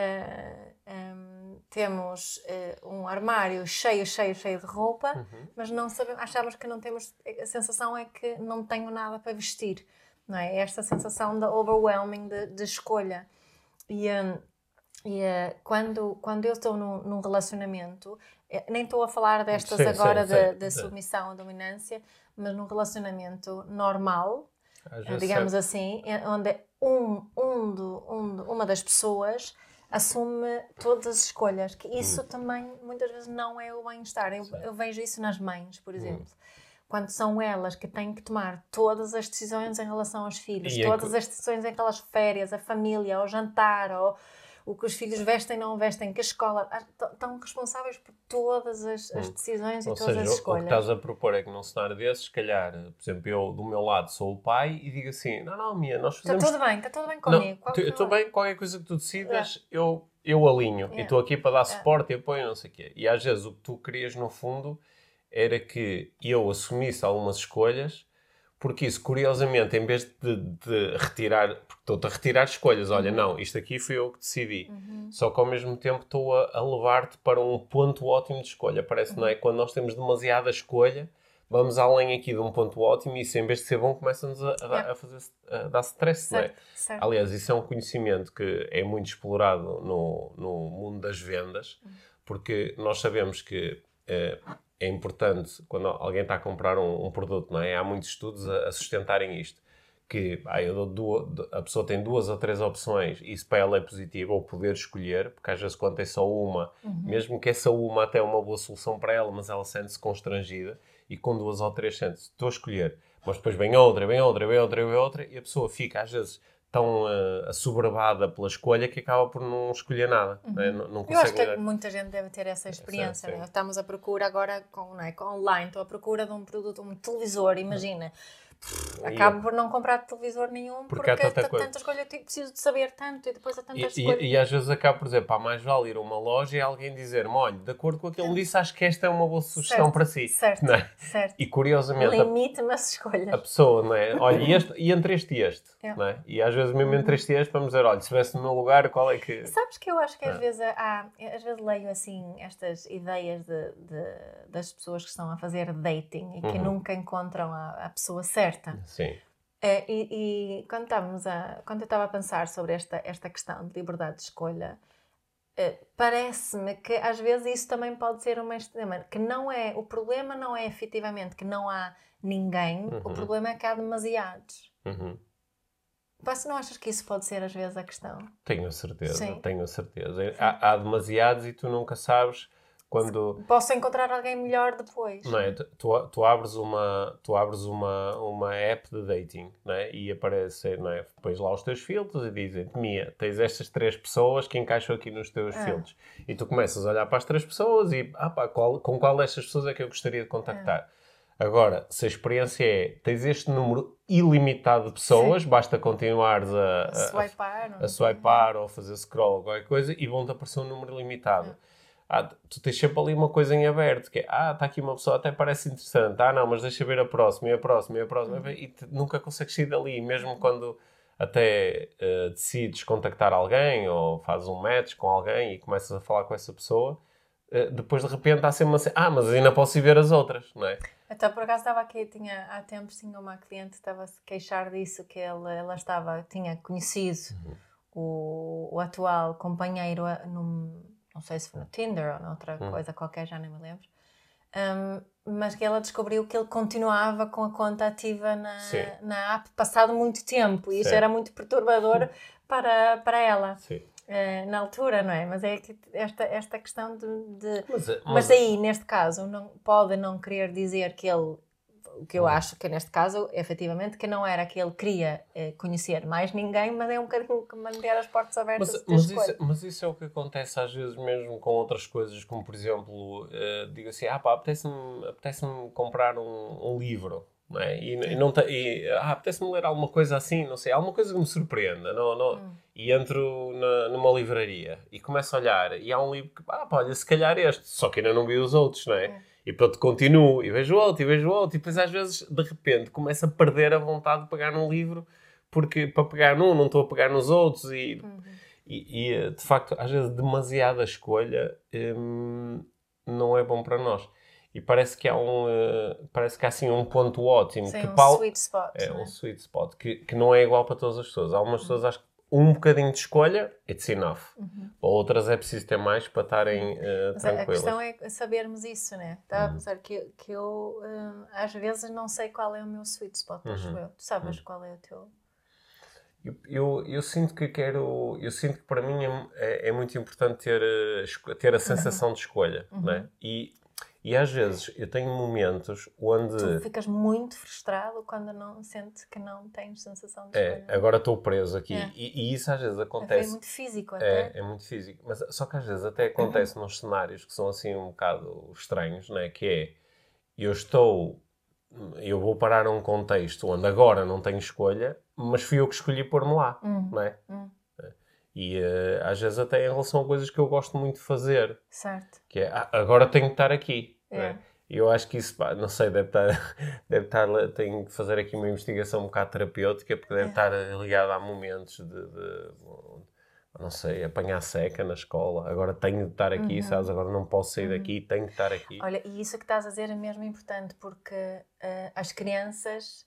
uh, um, temos uh, um armário cheio, cheio, cheio de roupa, uhum. mas não sabemos, achamos que não temos, a sensação é que não tenho nada para vestir. Não é? Esta sensação da overwhelming de, de escolha. E... Um, E uh, quando, quando eu estou num, num relacionamento, nem estou a falar destas sim, agora sim, de, sim. de submissão ou dominância, mas num relacionamento normal, uh, digamos assim, onde um, um do, um do, uma das pessoas assume todas as escolhas, que isso hum. também muitas vezes não é o bem-estar. Eu, eu vejo isso nas mães, por exemplo. Hum. Quando são elas que têm que tomar todas as decisões em relação aos filhos, e todas as decisões em aquelas férias, a família, ao jantar, ao... o que os filhos vestem, não vestem, que a escola... Estão responsáveis por todas as, as decisões Ou e todas seja, as escolhas. O que estás a propor é que num cenário desses, se calhar, por exemplo, eu do meu lado sou o pai e digo assim, não, não, Mia, nós fazemos... Está tudo bem, está tudo bem comigo. Não, eu estou bem, qualquer coisa que tu decidas, é. eu eu alinho Yeah. e estou aqui para dar Yeah. suporte e apoio, não sei o quê. E às vezes o que tu querias, no fundo, era que eu assumisse algumas escolhas, porque isso, curiosamente, em vez de, de retirar... Porque estou-te a retirar escolhas. Olha, Uhum. não, isto aqui fui eu que decidi. Uhum. Só que ao mesmo tempo estou a, a levar-te para um ponto ótimo de escolha. Parece, Uhum. não é? Quando nós temos demasiada escolha, vamos além aqui de um ponto ótimo e isso, em vez de ser bom, começa-nos a, a, Yeah. a, fazer, a dar stress, Certo, não é? certo. Aliás, isso é um conhecimento que é muito explorado no, no mundo das vendas, porque nós sabemos que eh, é importante, quando alguém está a comprar um, um produto, não é? Há muitos estudos a, a sustentarem isto. Que ah, eu dou duas, a pessoa tem duas ou três opções e isso para ela é positivo, ou poder escolher, porque às vezes quando tem só uma, Uhum. mesmo que essa uma até é uma boa solução para ela, mas ela sente-se constrangida, e com duas ou três sente-se, estou a escolher, mas depois vem outra, vem outra, vem outra, vem outra, e a pessoa fica às vezes tão uh, assoberbada pela escolha que acaba por não escolher nada. Uhum. Né? Não, não Eu acho consegue que lidar. muita gente deve ter essa experiência. Sim, sim. Né? Estamos à procura agora com, não é, com online, estou à procura de um produto, um televisor, imagina. Acabo por não comprar televisor nenhum Porque porque, há tanta há coisa. tanta escolha, eu preciso de saber tanto e depois há tanta E, escolha. e, e às vezes acaba por dizer, pá, mais vale ir a uma loja e alguém dizer-me, olha, de acordo com aquilo que me disse, acho que esta é uma boa sugestão Certo, para si. certo, Não é? certo. E curiosamente, a, Limite-me as escolhas. a pessoa, não é? Olha, e, este, e entre este e este, Yeah. não é? E às vezes mesmo entre este e este, vamos dizer, olha, se estivesse no meu lugar, qual é que... E sabes que eu acho que às Ah. vezes há, às vezes leio assim estas ideias de, de, das pessoas que estão a fazer dating e que Uhum. nunca encontram a, a pessoa certa. Sim. É, e, e quando, estávamos a, quando eu estava a pensar sobre esta, esta questão de liberdade de escolha, é, parece-me que às vezes isso também pode ser uma extrema, que não é, o problema não é efetivamente que não há ninguém, Uhum. o problema é que há demasiados. Uhum. Mas não achas que isso pode ser às vezes a questão? Tenho a certeza, Sim. tenho a certeza. Há, há demasiados e tu nunca sabes quando... Posso encontrar alguém melhor depois. Não é? Tu, tu, tu abres, uma, tu abres uma, uma app de dating, não é? E aparece, não é? Pões lá os teus filtros e dizem, Mia, tens estas três pessoas que encaixam aqui nos teus Ah. filtros. E tu começas a olhar para as três pessoas e, ah pá, qual, com qual destas pessoas é que eu gostaria de contactar? Agora, se a experiência é, tens este número ilimitado de pessoas, Sim. basta continuares a, A swipar, não a, a sei. swipar ou a fazer scroll ou qualquer coisa e vão-te aparecer um número limitado. Ah, tu tens sempre ali uma coisa em aberto, que é, ah, está aqui uma pessoa, até parece interessante, ah, não, mas deixa ver a próxima, e a próxima, e a próxima, Uhum. e te, nunca consegues sair dali, mesmo quando até uh, decides contactar alguém, ou fazes um match com alguém e começas a falar com essa pessoa, uh, depois de repente há sempre uma cena, ah, mas ainda posso ir ver as outras, não é? Até por acaso estava aqui, tinha, há tempos tinha uma cliente que estava a se queixar disso, que ela, ela estava, tinha conhecido Uhum. o, o atual companheiro a- num, não sei se foi no Tinder ou noutra Uhum. coisa qualquer, já nem me lembro, um, mas que ela descobriu que ele continuava com a conta ativa na, Sim. na app passado muito tempo, e isso Certo. era muito perturbador para, para ela. Sim. eh, na altura, não é? Mas é que esta, esta questão de... de- Mas, mas, mas aí, neste caso, não, pode não querer dizer que ele... O que eu Hum. acho que neste caso, efetivamente, que não era que ele queria eh, conhecer mais ninguém, mas é um bocadinho que manter as portas abertas Mas, de mas, escolha. isso, mas isso é o que acontece às vezes mesmo com outras coisas, como por exemplo, eh, digo assim, ah pá, apetece-me apetece comprar um, um livro, não é? E, e, não te, e ah, apetece-me ler alguma coisa assim, não sei, alguma coisa que me surpreenda, não, não, Hum. e entro na, numa livraria e começo a olhar e há um livro que, ah pá, olha, se calhar este, só que ainda não vi os outros, não é? É. E pronto, continuo, e vejo outro, e vejo outro, e depois às vezes, de repente, começo a perder a vontade de pegar num livro, porque para pegar num, não estou a pegar nos outros, e, Uhum. e, e, de facto, às vezes, demasiada escolha hum, não é bom para nós. E parece que há um, uh, parece que há assim um ponto ótimo. Sim, que um pau- sweet spot. É, não é? um sweet spot, que, que não é igual para todas as pessoas. Há algumas pessoas, acho que um bocadinho de escolha, it's enough. Uhum. Para outras é preciso ter mais para estarem uh, Mas a- a tranquilas. questão é sabermos isso, né? Estava a Uhum. pensar que, que eu, hum, às vezes, não sei qual é o meu sweet spot, acho Uhum. eu. Tu sabes qual é o teu? Eu, eu, eu sinto que quero, eu sinto que para mim é, é, é muito importante ter, eh, esco- ter a sensação de escolha, não é? E, e às vezes eu tenho momentos onde Tu ficas muito frustrado quando não sentes que não tens sensação de é, escolha. agora estou preso aqui É. e, e isso às vezes É acontece. muito físico até. É, é muito físico, mas só que às vezes até acontece nos cenários que são assim um bocado estranhos, não é? Que é, eu estou, eu vou parar a um contexto onde agora não tenho escolha, mas fui eu que escolhi pôr-me lá, Hum. não é? Hum. E uh, às vezes até em relação a coisas que eu gosto muito de fazer. Certo. Que é, ah, agora tenho que estar aqui. É. Não é? E eu acho que isso, pá, não sei, deve estar, deve estar, tenho que fazer aqui uma investigação um bocado terapêutica, porque deve é. estar ligado a momentos de, de, de, não sei, apanhar seca na escola. Agora tenho de estar aqui, uhum. sabes? Agora não posso sair uhum. daqui, tenho de estar aqui. Olha, e isso que estás a dizer é mesmo importante, porque uh, as crianças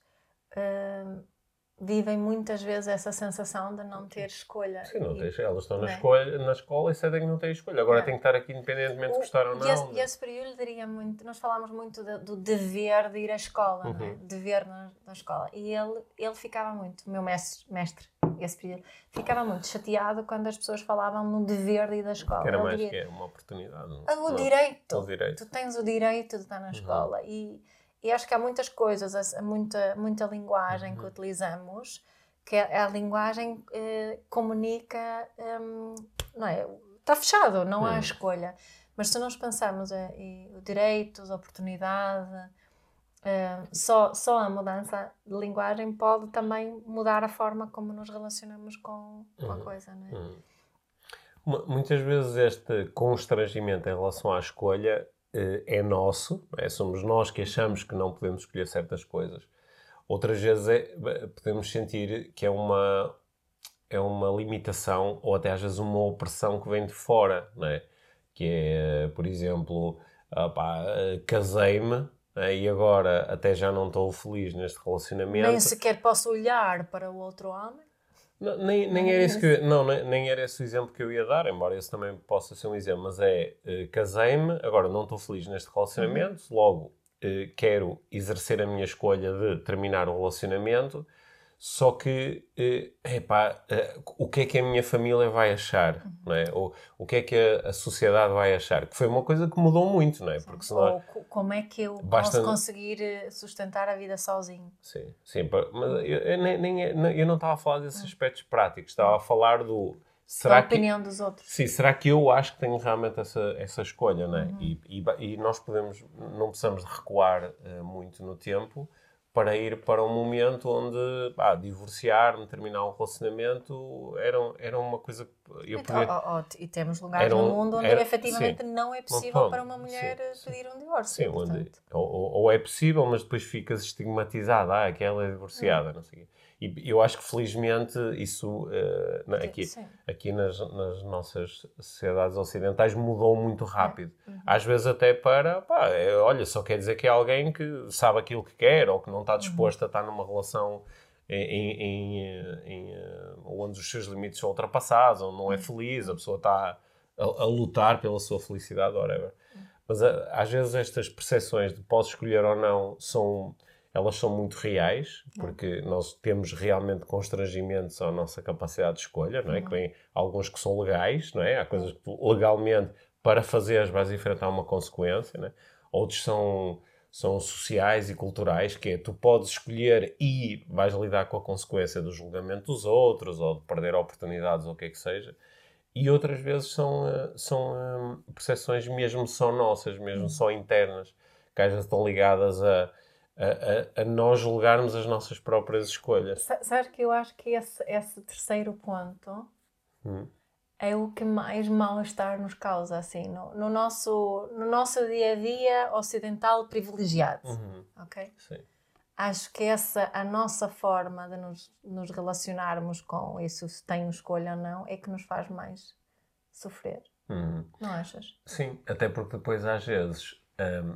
uh, vivem muitas vezes essa sensação de não ter escolha. Sim, não e, tens, elas estão na, é? escolha, na escola e sabem que não têm escolha. Agora é. tem que estar aqui independentemente de gostar ou não. E esse, e esse período diria muito, nós falámos muito de, do dever de ir à escola, uhum. não é? Dever na, na escola. E ele, ele ficava muito, o meu mestre, mestre, esse período, ficava muito chateado quando as pessoas falavam no dever de ir à escola. Que era ele mais diria, que é uma oportunidade. Não, o, não, direito, o direito. Tu tens o direito de estar na escola. Uhum. E, e acho que há muitas coisas, muita, muita linguagem uhum. que utilizamos, que a, a linguagem eh, comunica, um, não é? Está fechado, não hum. há escolha. Mas se nós pensarmos em eh, direitos, oportunidade, eh, só, só a mudança de linguagem pode também mudar a forma como nos relacionamos com, com a coisa, não é? Hum. Muitas vezes este constrangimento em relação à escolha eh, é nosso, é? Somos nós que achamos que não podemos escolher certas coisas. Outras vezes é, podemos sentir que é uma, é uma limitação ou até às vezes uma opressão que vem de fora, não é? Que é, por exemplo, opá, casei-me, é? E agora até já não estou feliz neste relacionamento. Nem sequer posso olhar para o outro homem. Não, nem, nem, era esse que eu, não, nem, nem era esse o exemplo que eu ia dar, embora esse também possa ser um exemplo, mas é, uh, casei-me, agora não estou feliz neste relacionamento, uhum. logo uh, quero exercer a minha escolha de terminar o relacionamento, só que, uh, epá, uh, o que é que a minha família vai achar, uhum. não é? Ou o que é que a, a sociedade vai achar, que foi uma coisa que mudou muito, não é? Porque senão, ou como é que eu basta... posso conseguir sustentar a vida sozinho? Sim, sim, mas eu, eu, nem, nem, eu não estava a falar desses aspectos práticos, estava a falar do... Será da opinião que, dos outros. Sim, será que eu acho que tenho realmente essa, essa escolha, não é? Uhum. E, e, e nós podemos, não precisamos de recuar uh, muito no tempo para ir para um momento onde, pá, divorciar-me, terminar um relacionamento, era, era uma coisa que eu podia... Oh, oh, oh, e temos lugares era um, no mundo onde era, efetivamente sim, não é possível ponto, para uma mulher sim, pedir um divórcio. Sim, onde, ou, ou é possível, mas depois ficas estigmatizada, ah, aquela é divorciada, hum. não sei o quê. E eu acho que, felizmente, isso uh, aqui, aqui nas, nas nossas sociedades ocidentais mudou muito rápido. É. Uhum. Às vezes até para, pá, é, olha, só quer dizer que é alguém que sabe aquilo que quer ou que não está disposto uhum. a estar numa relação em, em, em, em, onde os seus limites são ultrapassados, onde não é feliz, a pessoa está a, a lutar pela sua felicidade, whatever. Uhum. Mas a, às vezes estas percepções de posso escolher ou não são... elas são muito reais, porque é. nós temos realmente constrangimentos à nossa capacidade de escolha, não é? Uhum. Que vem alguns que são legais, não é? Há coisas que legalmente, para fazeres, vais enfrentar uma consequência, não é? Outros são, são sociais e culturais, que é, tu podes escolher e vais lidar com a consequência do julgamento dos outros, ou de perder oportunidades, ou o que é que seja. E outras vezes são, são percepções mesmo só nossas, mesmo uhum. só internas, que às vezes estão ligadas a A, a, a nós julgarmos as nossas próprias escolhas. Sabes que eu acho que esse, esse terceiro ponto hum. é o que mais mal-estar nos causa, assim, no, no, nosso, no nosso dia-a-dia ocidental privilegiado, uhum. ok? Sim. Acho que essa, a nossa forma de nos, nos relacionarmos com isso, se tenho escolha ou não, é que nos faz mais sofrer. Uhum. Não achas? Sim, até porque depois às vezes... Um,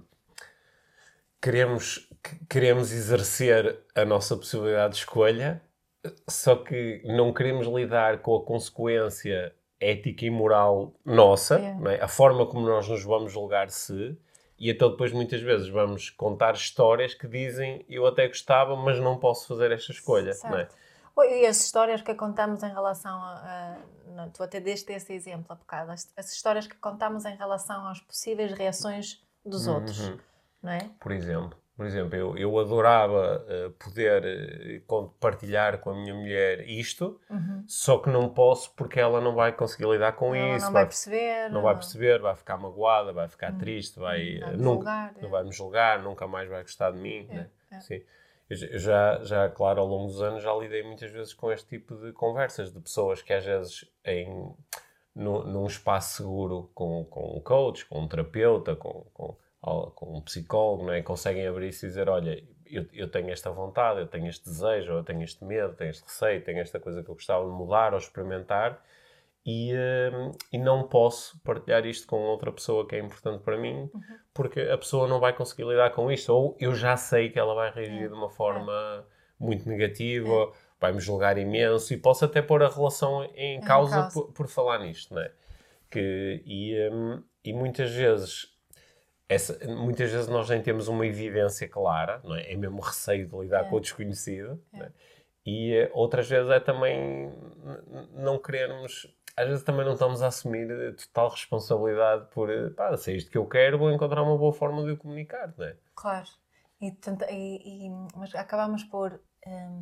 Queremos, queremos exercer a nossa possibilidade de escolha, só que não queremos lidar com a consequência ética e moral nossa, é. Não é? A forma como nós nos vamos julgar se, e então depois muitas vezes vamos contar histórias que dizem eu até gostava, mas não posso fazer esta escolha. Não é? E as histórias que contamos em relação a... a tu até deste esse exemplo há bocado, as, as histórias que contamos em relação às possíveis reações dos outros. Uhum. Não é? Por exemplo, por exemplo eu, eu adorava uh, poder uh, partilhar com a minha mulher isto, uhum. só que não posso porque ela não vai conseguir lidar com ela isso. Não vai perceber. Não vai perceber, vai ficar magoada, vai ficar uhum. triste, vai, vai uh, nunca, julgar, não é. vai me julgar, nunca mais vai gostar de mim. É, né? é. Sim. Eu já, já, claro, ao longo dos anos já lidei muitas vezes com este tipo de conversas, de pessoas que às vezes em, no, num espaço seguro com, com um coach, com um terapeuta, com, com, com um psicólogo, não é? Conseguem abrir-se e dizer, olha, eu, eu tenho esta vontade, eu tenho este desejo, eu tenho este medo, tenho este receio, tenho esta coisa que eu gostava de mudar ou experimentar e, uh, e não posso partilhar isto com outra pessoa que é importante para mim, uhum. porque a pessoa não vai conseguir lidar com isto, ou eu já sei que ela vai reagir é. de uma forma é. muito negativa, é. vai-me julgar imenso e posso até pôr a relação em causa, em causa. Por, por falar nisto, não é? Que, e, um, e muitas vezes essa, muitas vezes nós nem temos uma evidência clara, não é? É mesmo receio de lidar é. com o desconhecido, é. não é? E uh, outras vezes é também não querermos, às vezes também não estamos a assumir total responsabilidade por, pá, se é isto que eu quero, vou encontrar uma boa forma de o comunicar, não é? Claro, e, e, e, mas acabamos por um,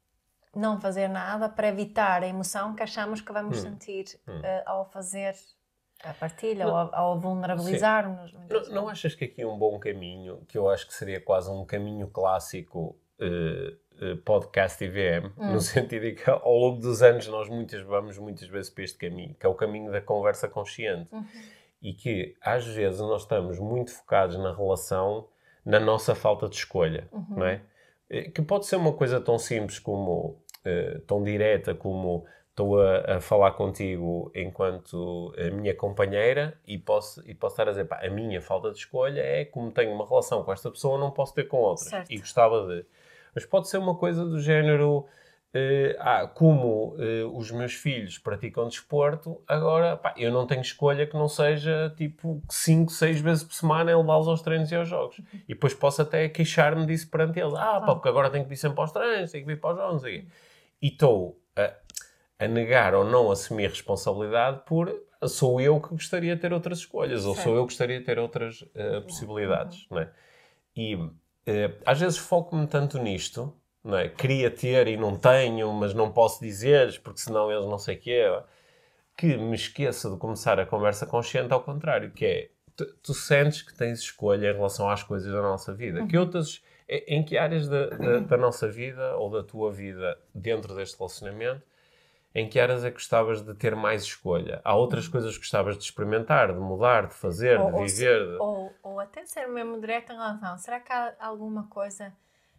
não fazer nada para evitar a emoção que achamos que vamos hum. sentir hum. Uh, ao fazer a partilha não, ou ao, ao vulnerabilizar-nos. Não, não achas que aqui é um bom caminho, que eu acho que seria quase um caminho clássico, uh, podcast I V M, hum. no sentido de que ao longo dos anos nós muitas, vamos muitas vezes para este caminho, que é o caminho da conversa consciente. Uhum. E que às vezes nós estamos muito focados na relação, na nossa falta de escolha, uhum. não é? Que pode ser uma coisa tão simples como, uh, tão direta como estou a, a falar contigo enquanto a minha companheira e posso, e posso estar a dizer, pá, a minha falta de escolha é como tenho uma relação com esta pessoa, não posso ter com outras. Certo. E gostava de... Mas pode ser uma coisa do género, uh, ah, como uh, os meus filhos praticam desporto, agora pá, eu não tenho escolha que não seja tipo cinco, seis vezes por semana eu levá-los aos treinos e aos jogos. Uhum. E depois posso até queixar-me disso perante eles. Ah, ah. pá, porque agora tenho que vir sempre aos treinos, tenho que vir para os jogos, não sei o quê. E estou a, a negar ou não assumir responsabilidade por sou eu que gostaria de ter outras escolhas, certo. ou sou eu que gostaria de ter outras uh, possibilidades, uhum. não é? E... Uh, às vezes foco-me tanto nisto, não é? Queria ter e não tenho, mas não posso dizer, porque senão eles não sei o quê, que me esqueço de começar a conversa consciente ao contrário, que é, tu, tu sentes que tens escolha em relação às coisas da nossa vida. Uhum. Que outras, em que áreas da, da, da nossa vida ou da tua vida dentro deste relacionamento, em que áreas é que gostavas de ter mais escolha? Há outras uhum. coisas que gostavas de experimentar, de mudar, de fazer, ou, de viver? Ou, se, ou, ou até ser mesmo direto em relação. Será que há alguma coisa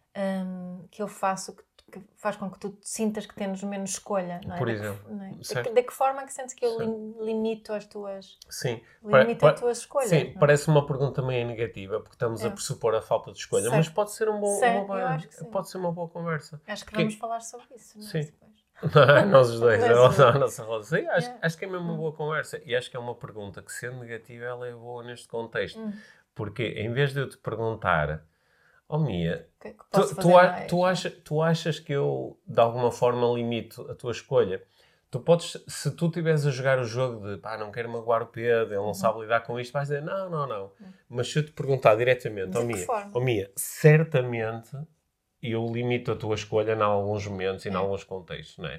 um, que eu faço que, que faz com que tu sintas que tens menos escolha? Não é? Por de exemplo. Que, não é? de, de que forma é que sentes que eu lim, limito as tuas, sim. limito para, as tuas escolhas? Sim, não? Parece uma pergunta meio negativa, porque estamos é. a pressupor a falta de escolha, certo. mas pode ser, um bom, uma boa, pode ser uma boa conversa. Acho que porque... vamos falar sobre isso, não é? Sim. Nós os dois, a nossa, a nossa relação. Sim, acho, yeah. acho que é mesmo uma boa conversa. E acho que é uma pergunta que, sendo negativa, ela é boa neste contexto. Hum. Porque, em vez de eu te perguntar, oh Mia, que que tu, tu, mais, tu, acha, tu achas que eu, de alguma forma, limito a tua escolha? Tu podes, se tu estiveres a jogar o jogo de, pá, não quero magoar o Pedro, ele não uhum. sabe lidar com isto, vais dizer, não, não, não. Uhum. Mas se eu te perguntar diretamente, oh Mia, oh Mia, certamente... e eu limito a tua escolha em alguns momentos e em alguns contextos, não é?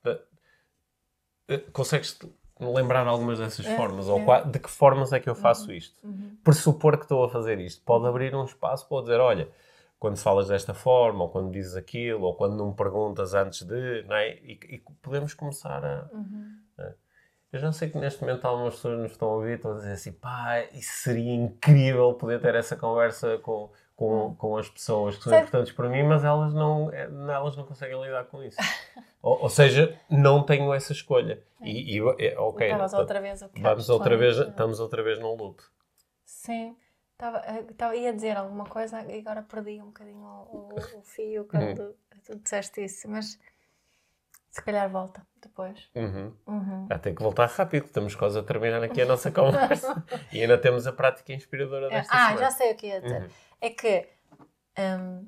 Consegues-te lembrar algumas dessas é, formas? É. Ou qual, de que formas é que eu faço uhum, isto? Uhum. Pressupor que estou a fazer isto. Pode abrir um espaço para dizer, olha, quando falas desta forma, ou quando dizes aquilo, ou quando não me perguntas antes de, não é? E, e podemos começar a... Uhum. É? Eu já sei que neste momento algumas pessoas nos estão a ouvir e estão a dizer assim, pá, isso seria incrível poder ter essa conversa com... Com, com as pessoas que são Sabe? importantes para mim, mas elas não, elas não conseguem lidar com isso. ou, ou seja, não tenho essa escolha. É. E, e ok, Estavas outra vez, vamos outra vez, estamos outra vez num loop. Sim, estava, estava, ia dizer alguma coisa e agora perdi um bocadinho o, o, o fio quando hum. tu disseste isso, mas se calhar volta depois. Uhum. Uhum. Já tem que voltar rápido, estamos quase a terminar aqui a nossa conversa. E ainda temos a prática inspiradora desta é. Ah, semana. já sei o que ia dizer. Uhum. É que um,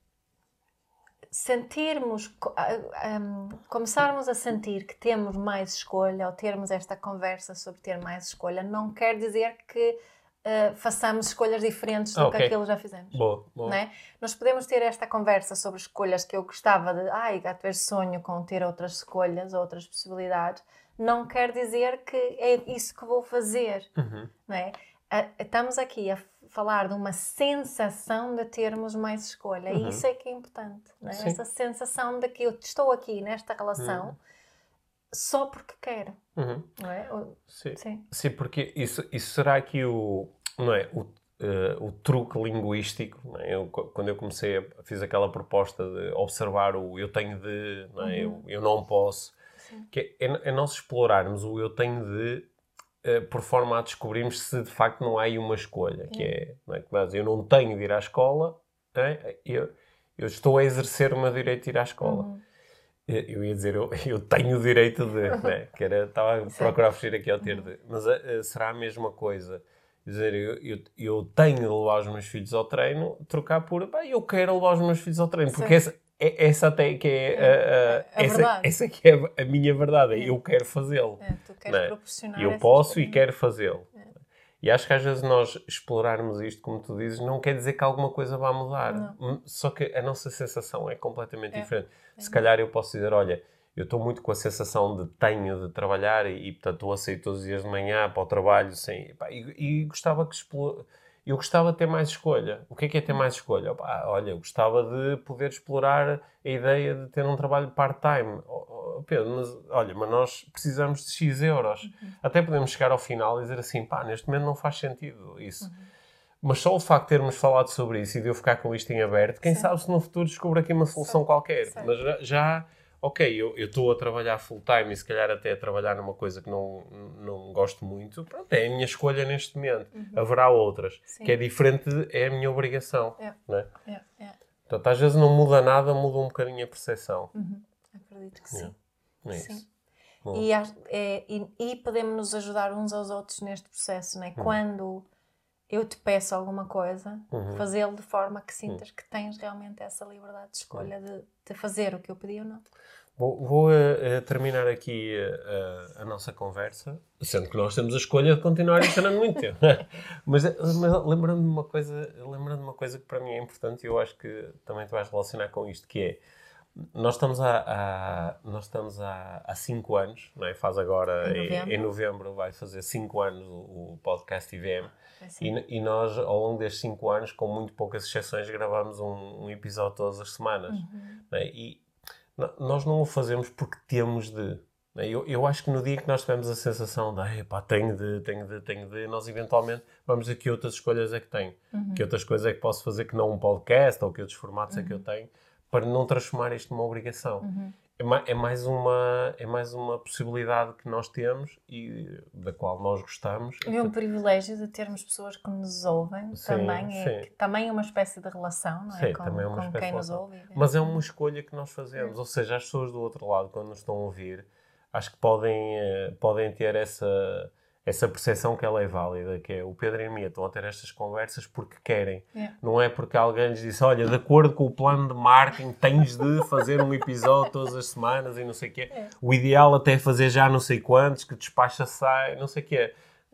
sentirmos, um, começarmos a sentir que temos mais escolha, ou termos esta conversa sobre ter mais escolha, não quer dizer que uh, façamos escolhas diferentes do okay. que aquilo já fizemos. Boa, boa. Não é? Nós podemos ter esta conversa sobre escolhas que eu gostava de, ai, gato, eu sonho com ter outras escolhas, outras possibilidades, não quer dizer que é isso que vou fazer. Uhum. Não é? Estamos aqui a falar de uma sensação de termos mais escolha. Uhum. E isso é que é importante. Não é? Sim. Essa sensação de que eu estou aqui nesta relação... Uhum. só porque quero, Uhum. não é? Ou, sim. sim. Sim, porque isso, isso será aqui o, não é, o, uh, o truque linguístico. Não é? Eu, quando eu comecei, a, fiz aquela proposta de observar o eu tenho de, não é? Uhum. eu, eu não posso, Sim. que é, é nós explorarmos o eu tenho de uh, por forma a descobrirmos se de facto não há aí uma escolha, que é, não é? Mas eu não tenho de ir à escola, não é? eu, eu estou a exercer o meu direito de ir à escola. Uhum. Eu ia dizer, eu, eu tenho o direito de, né? Que era, estava a procurar fugir aqui ao ter de. Mas uh, será a mesma coisa? Dizer, eu, eu, eu tenho de levar os meus filhos ao treino, trocar por, pá, eu quero levar os meus filhos ao treino. Porque essa, é, essa até que é, é, a, a, a essa, verdade. essa que é a minha verdade. É. Eu quero fazê-lo. É, tu queres né? proporcionar Eu essa posso e experiência. quero fazê-lo. É. E acho que às vezes nós explorarmos isto, como tu dizes, não quer dizer que alguma coisa vá mudar. Não. Só que a nossa sensação é completamente é. diferente. É. Se calhar eu posso dizer, olha, eu estou muito com a sensação de tenho de trabalhar e, e portanto, eu aceito todos os dias de manhã para o trabalho sem, pá, e, e gostava que explore... eu gostava de ter mais escolha. O que é que é ter mais escolha? Pá, olha, eu gostava de poder explorar a ideia de ter um trabalho part-time. Oh, oh, Pedro, mas olha, mas nós precisamos de X euros. Uhum. Até podemos chegar ao final e dizer assim, pá, neste momento não faz sentido isso. Uhum. Mas só o facto de termos falado sobre isso e de eu ficar com isto em aberto, quem Sim. sabe se no futuro descubro aqui uma solução certo. qualquer. Certo. Mas já... já ok, eu estou a trabalhar full time e se calhar até a trabalhar numa coisa que não, não gosto muito, pronto, é a minha escolha neste momento. Uhum. Haverá outras, Sim. que é diferente, de, é a minha obrigação. É. Não é? É, é. Portanto, às vezes não muda nada, muda um bocadinho a percepção. Uhum. Acredito que sim. É, é sim. isso. E, é, e, e podemos nos ajudar uns aos outros neste processo, não é? Uhum. Quando eu te peço alguma coisa, uhum. fazê-lo de forma que sintas uhum. que tens realmente essa liberdade de escolha de, de fazer o que eu pedi ou não. Vou, vou uh, terminar aqui uh, a nossa conversa, sendo que nós temos a escolha de continuar ensinando muito tempo. mas mas lembrando-me de uma coisa, lembrando uma coisa que para mim é importante e eu acho que também te vais relacionar com isto, que é, nós estamos há, há, nós estamos há, há cinco anos, não é? Faz agora, em novembro. Em, em novembro vai fazer cinco anos o, o podcast I V M. E, e nós, ao longo destes cinco anos, com muito poucas exceções, gravamos um, um episódio todas as semanas. Uhum. Não é? E n- nós não o fazemos porque temos de. Não é? eu, eu acho que no dia que nós tivermos a sensação de pá, tenho de, tenho de, tenho de, nós eventualmente vamos dizer que outras escolhas é que tenho. Uhum. Que outras coisas é que posso fazer que não um podcast ou que outros formatos uhum. é que eu tenho, para não transformar isto numa obrigação. Uhum. É, ma- é, mais uma, é mais uma possibilidade que nós temos e da qual nós gostamos. E um privilégio de termos pessoas que nos ouvem sim, também. É, que, também é uma espécie de relação, não é? Sim, com, também é uma com espécie quem de nos relação. ouve. Mas é uma escolha que nós fazemos. É. Ou seja, as pessoas do outro lado, quando nos estão a ouvir, acho que podem, eh, podem ter essa... essa percepção que ela é válida, que é o Pedro e a Mia estão a ter estas conversas porque querem. Yeah. Não é porque alguém lhes disse, olha, de acordo com o plano de marketing, tens de fazer um episódio todas as semanas e não sei o quê. Yeah. O ideal até é fazer já não sei quantos, que despacha sai, não sei o quê.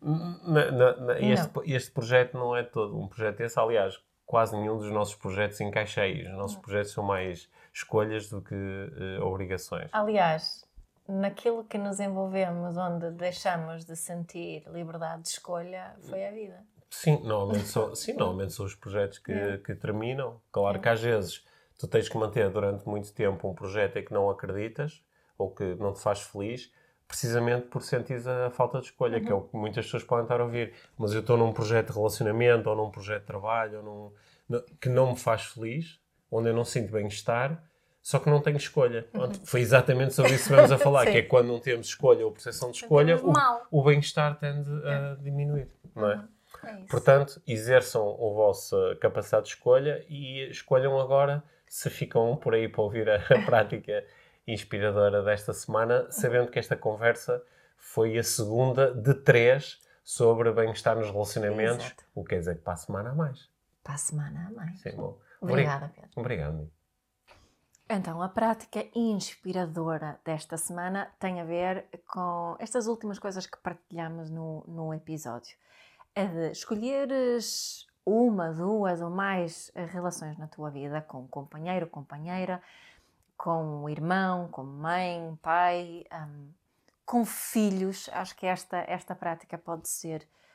Na, na, na, este, este projeto não é todo um projeto esse. Aliás, quase nenhum dos nossos projetos se encaixa aí. Os nossos não. projetos são mais escolhas do que uh, obrigações. Aliás... naquilo que nos envolvemos, onde deixamos de sentir liberdade de escolha, foi a vida. Sim, normalmente são, sim, normalmente são os projetos que, é. que terminam. Claro é. que às vezes tu tens que manter durante muito tempo um projeto em que não acreditas ou que não te faz feliz, precisamente por sentires a falta de escolha, uhum. que é o que muitas pessoas podem estar a ouvir. Mas eu estou num projeto de relacionamento ou num projeto de trabalho ou num, que não me faz feliz, onde eu não sinto bem-estar, só que não tenho escolha. Uhum. Foi exatamente sobre isso que estivemos a falar, que é quando não temos escolha ou percepção de escolha, o, o bem-estar tende a é. diminuir, não é? Uhum. É isso. Portanto, exerçam a vossa capacidade de escolha e escolham agora se ficam por aí para ouvir a, a prática inspiradora desta semana, sabendo que esta conversa foi a segunda de três sobre bem-estar nos relacionamentos, Exato. o que quer dizer que para a semana há mais. Para a semana há mais. Sim, bom. Obrigada, Pedro. Obrigado. Então, a prática inspiradora desta semana tem a ver com estas últimas coisas que partilhamos no, no episódio. É de escolheres uma, duas ou mais relações na tua vida com um companheiro, companheira, com um irmão, com mãe, pai, um, com filhos. Acho que esta, esta prática pode ser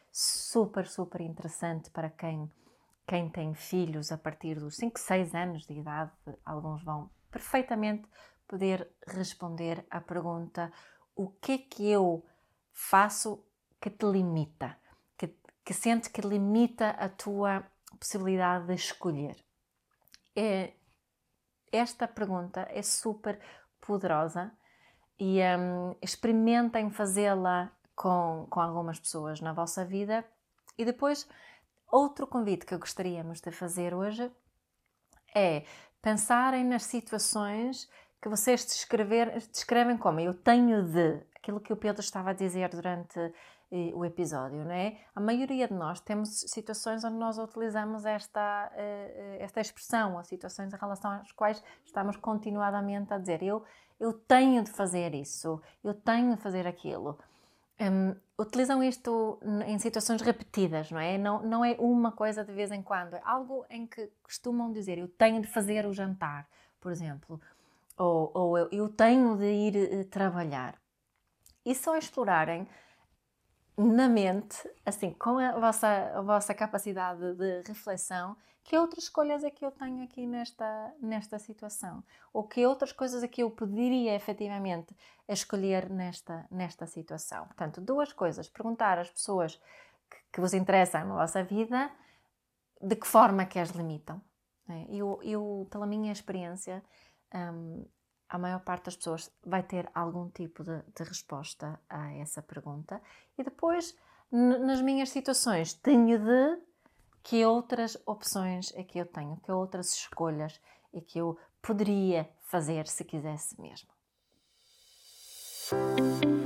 super, super interessante para quem, quem tem filhos a partir dos cinco, seis anos de idade. Alguns vão perfeitamente poder responder à pergunta: o que é que eu faço que te limita? Que, que sentes que limita a tua possibilidade de escolher? É, esta pergunta é super poderosa e um, experimentem fazê-la com, com algumas pessoas na vossa vida. E depois, outro convite que gostaríamos de fazer hoje é pensarem nas situações que vocês descrever, descrevem como eu tenho de, aquilo que o Pedro estava a dizer durante eh, o episódio, não é? A maioria de nós temos situações onde nós utilizamos esta, eh, esta expressão, ou situações em relação às quais estamos continuadamente a dizer eu, eu tenho de fazer isso, eu tenho de fazer aquilo. Um, utilizam isto em situações repetidas, não é? Não, não é uma coisa de vez em quando, é algo em que costumam dizer eu tenho de fazer o jantar, por exemplo, ou, ou eu, eu tenho de ir uh, trabalhar. E só explorarem na mente, assim, com a vossa, a vossa capacidade de reflexão, que outras escolhas é que eu tenho aqui nesta, nesta situação? Ou que outras coisas é que eu poderia efetivamente escolher nesta, nesta situação? Portanto, duas coisas. Perguntar às pessoas que, que vos interessam na vossa vida de que forma que as limitam. Eu, eu pela minha experiência, hum, a maior parte das pessoas vai ter algum tipo de, de resposta a essa pergunta. E depois, n- nas minhas situações, tenho de que outras opções é que eu tenho, que outras escolhas é que eu poderia fazer se quisesse mesmo.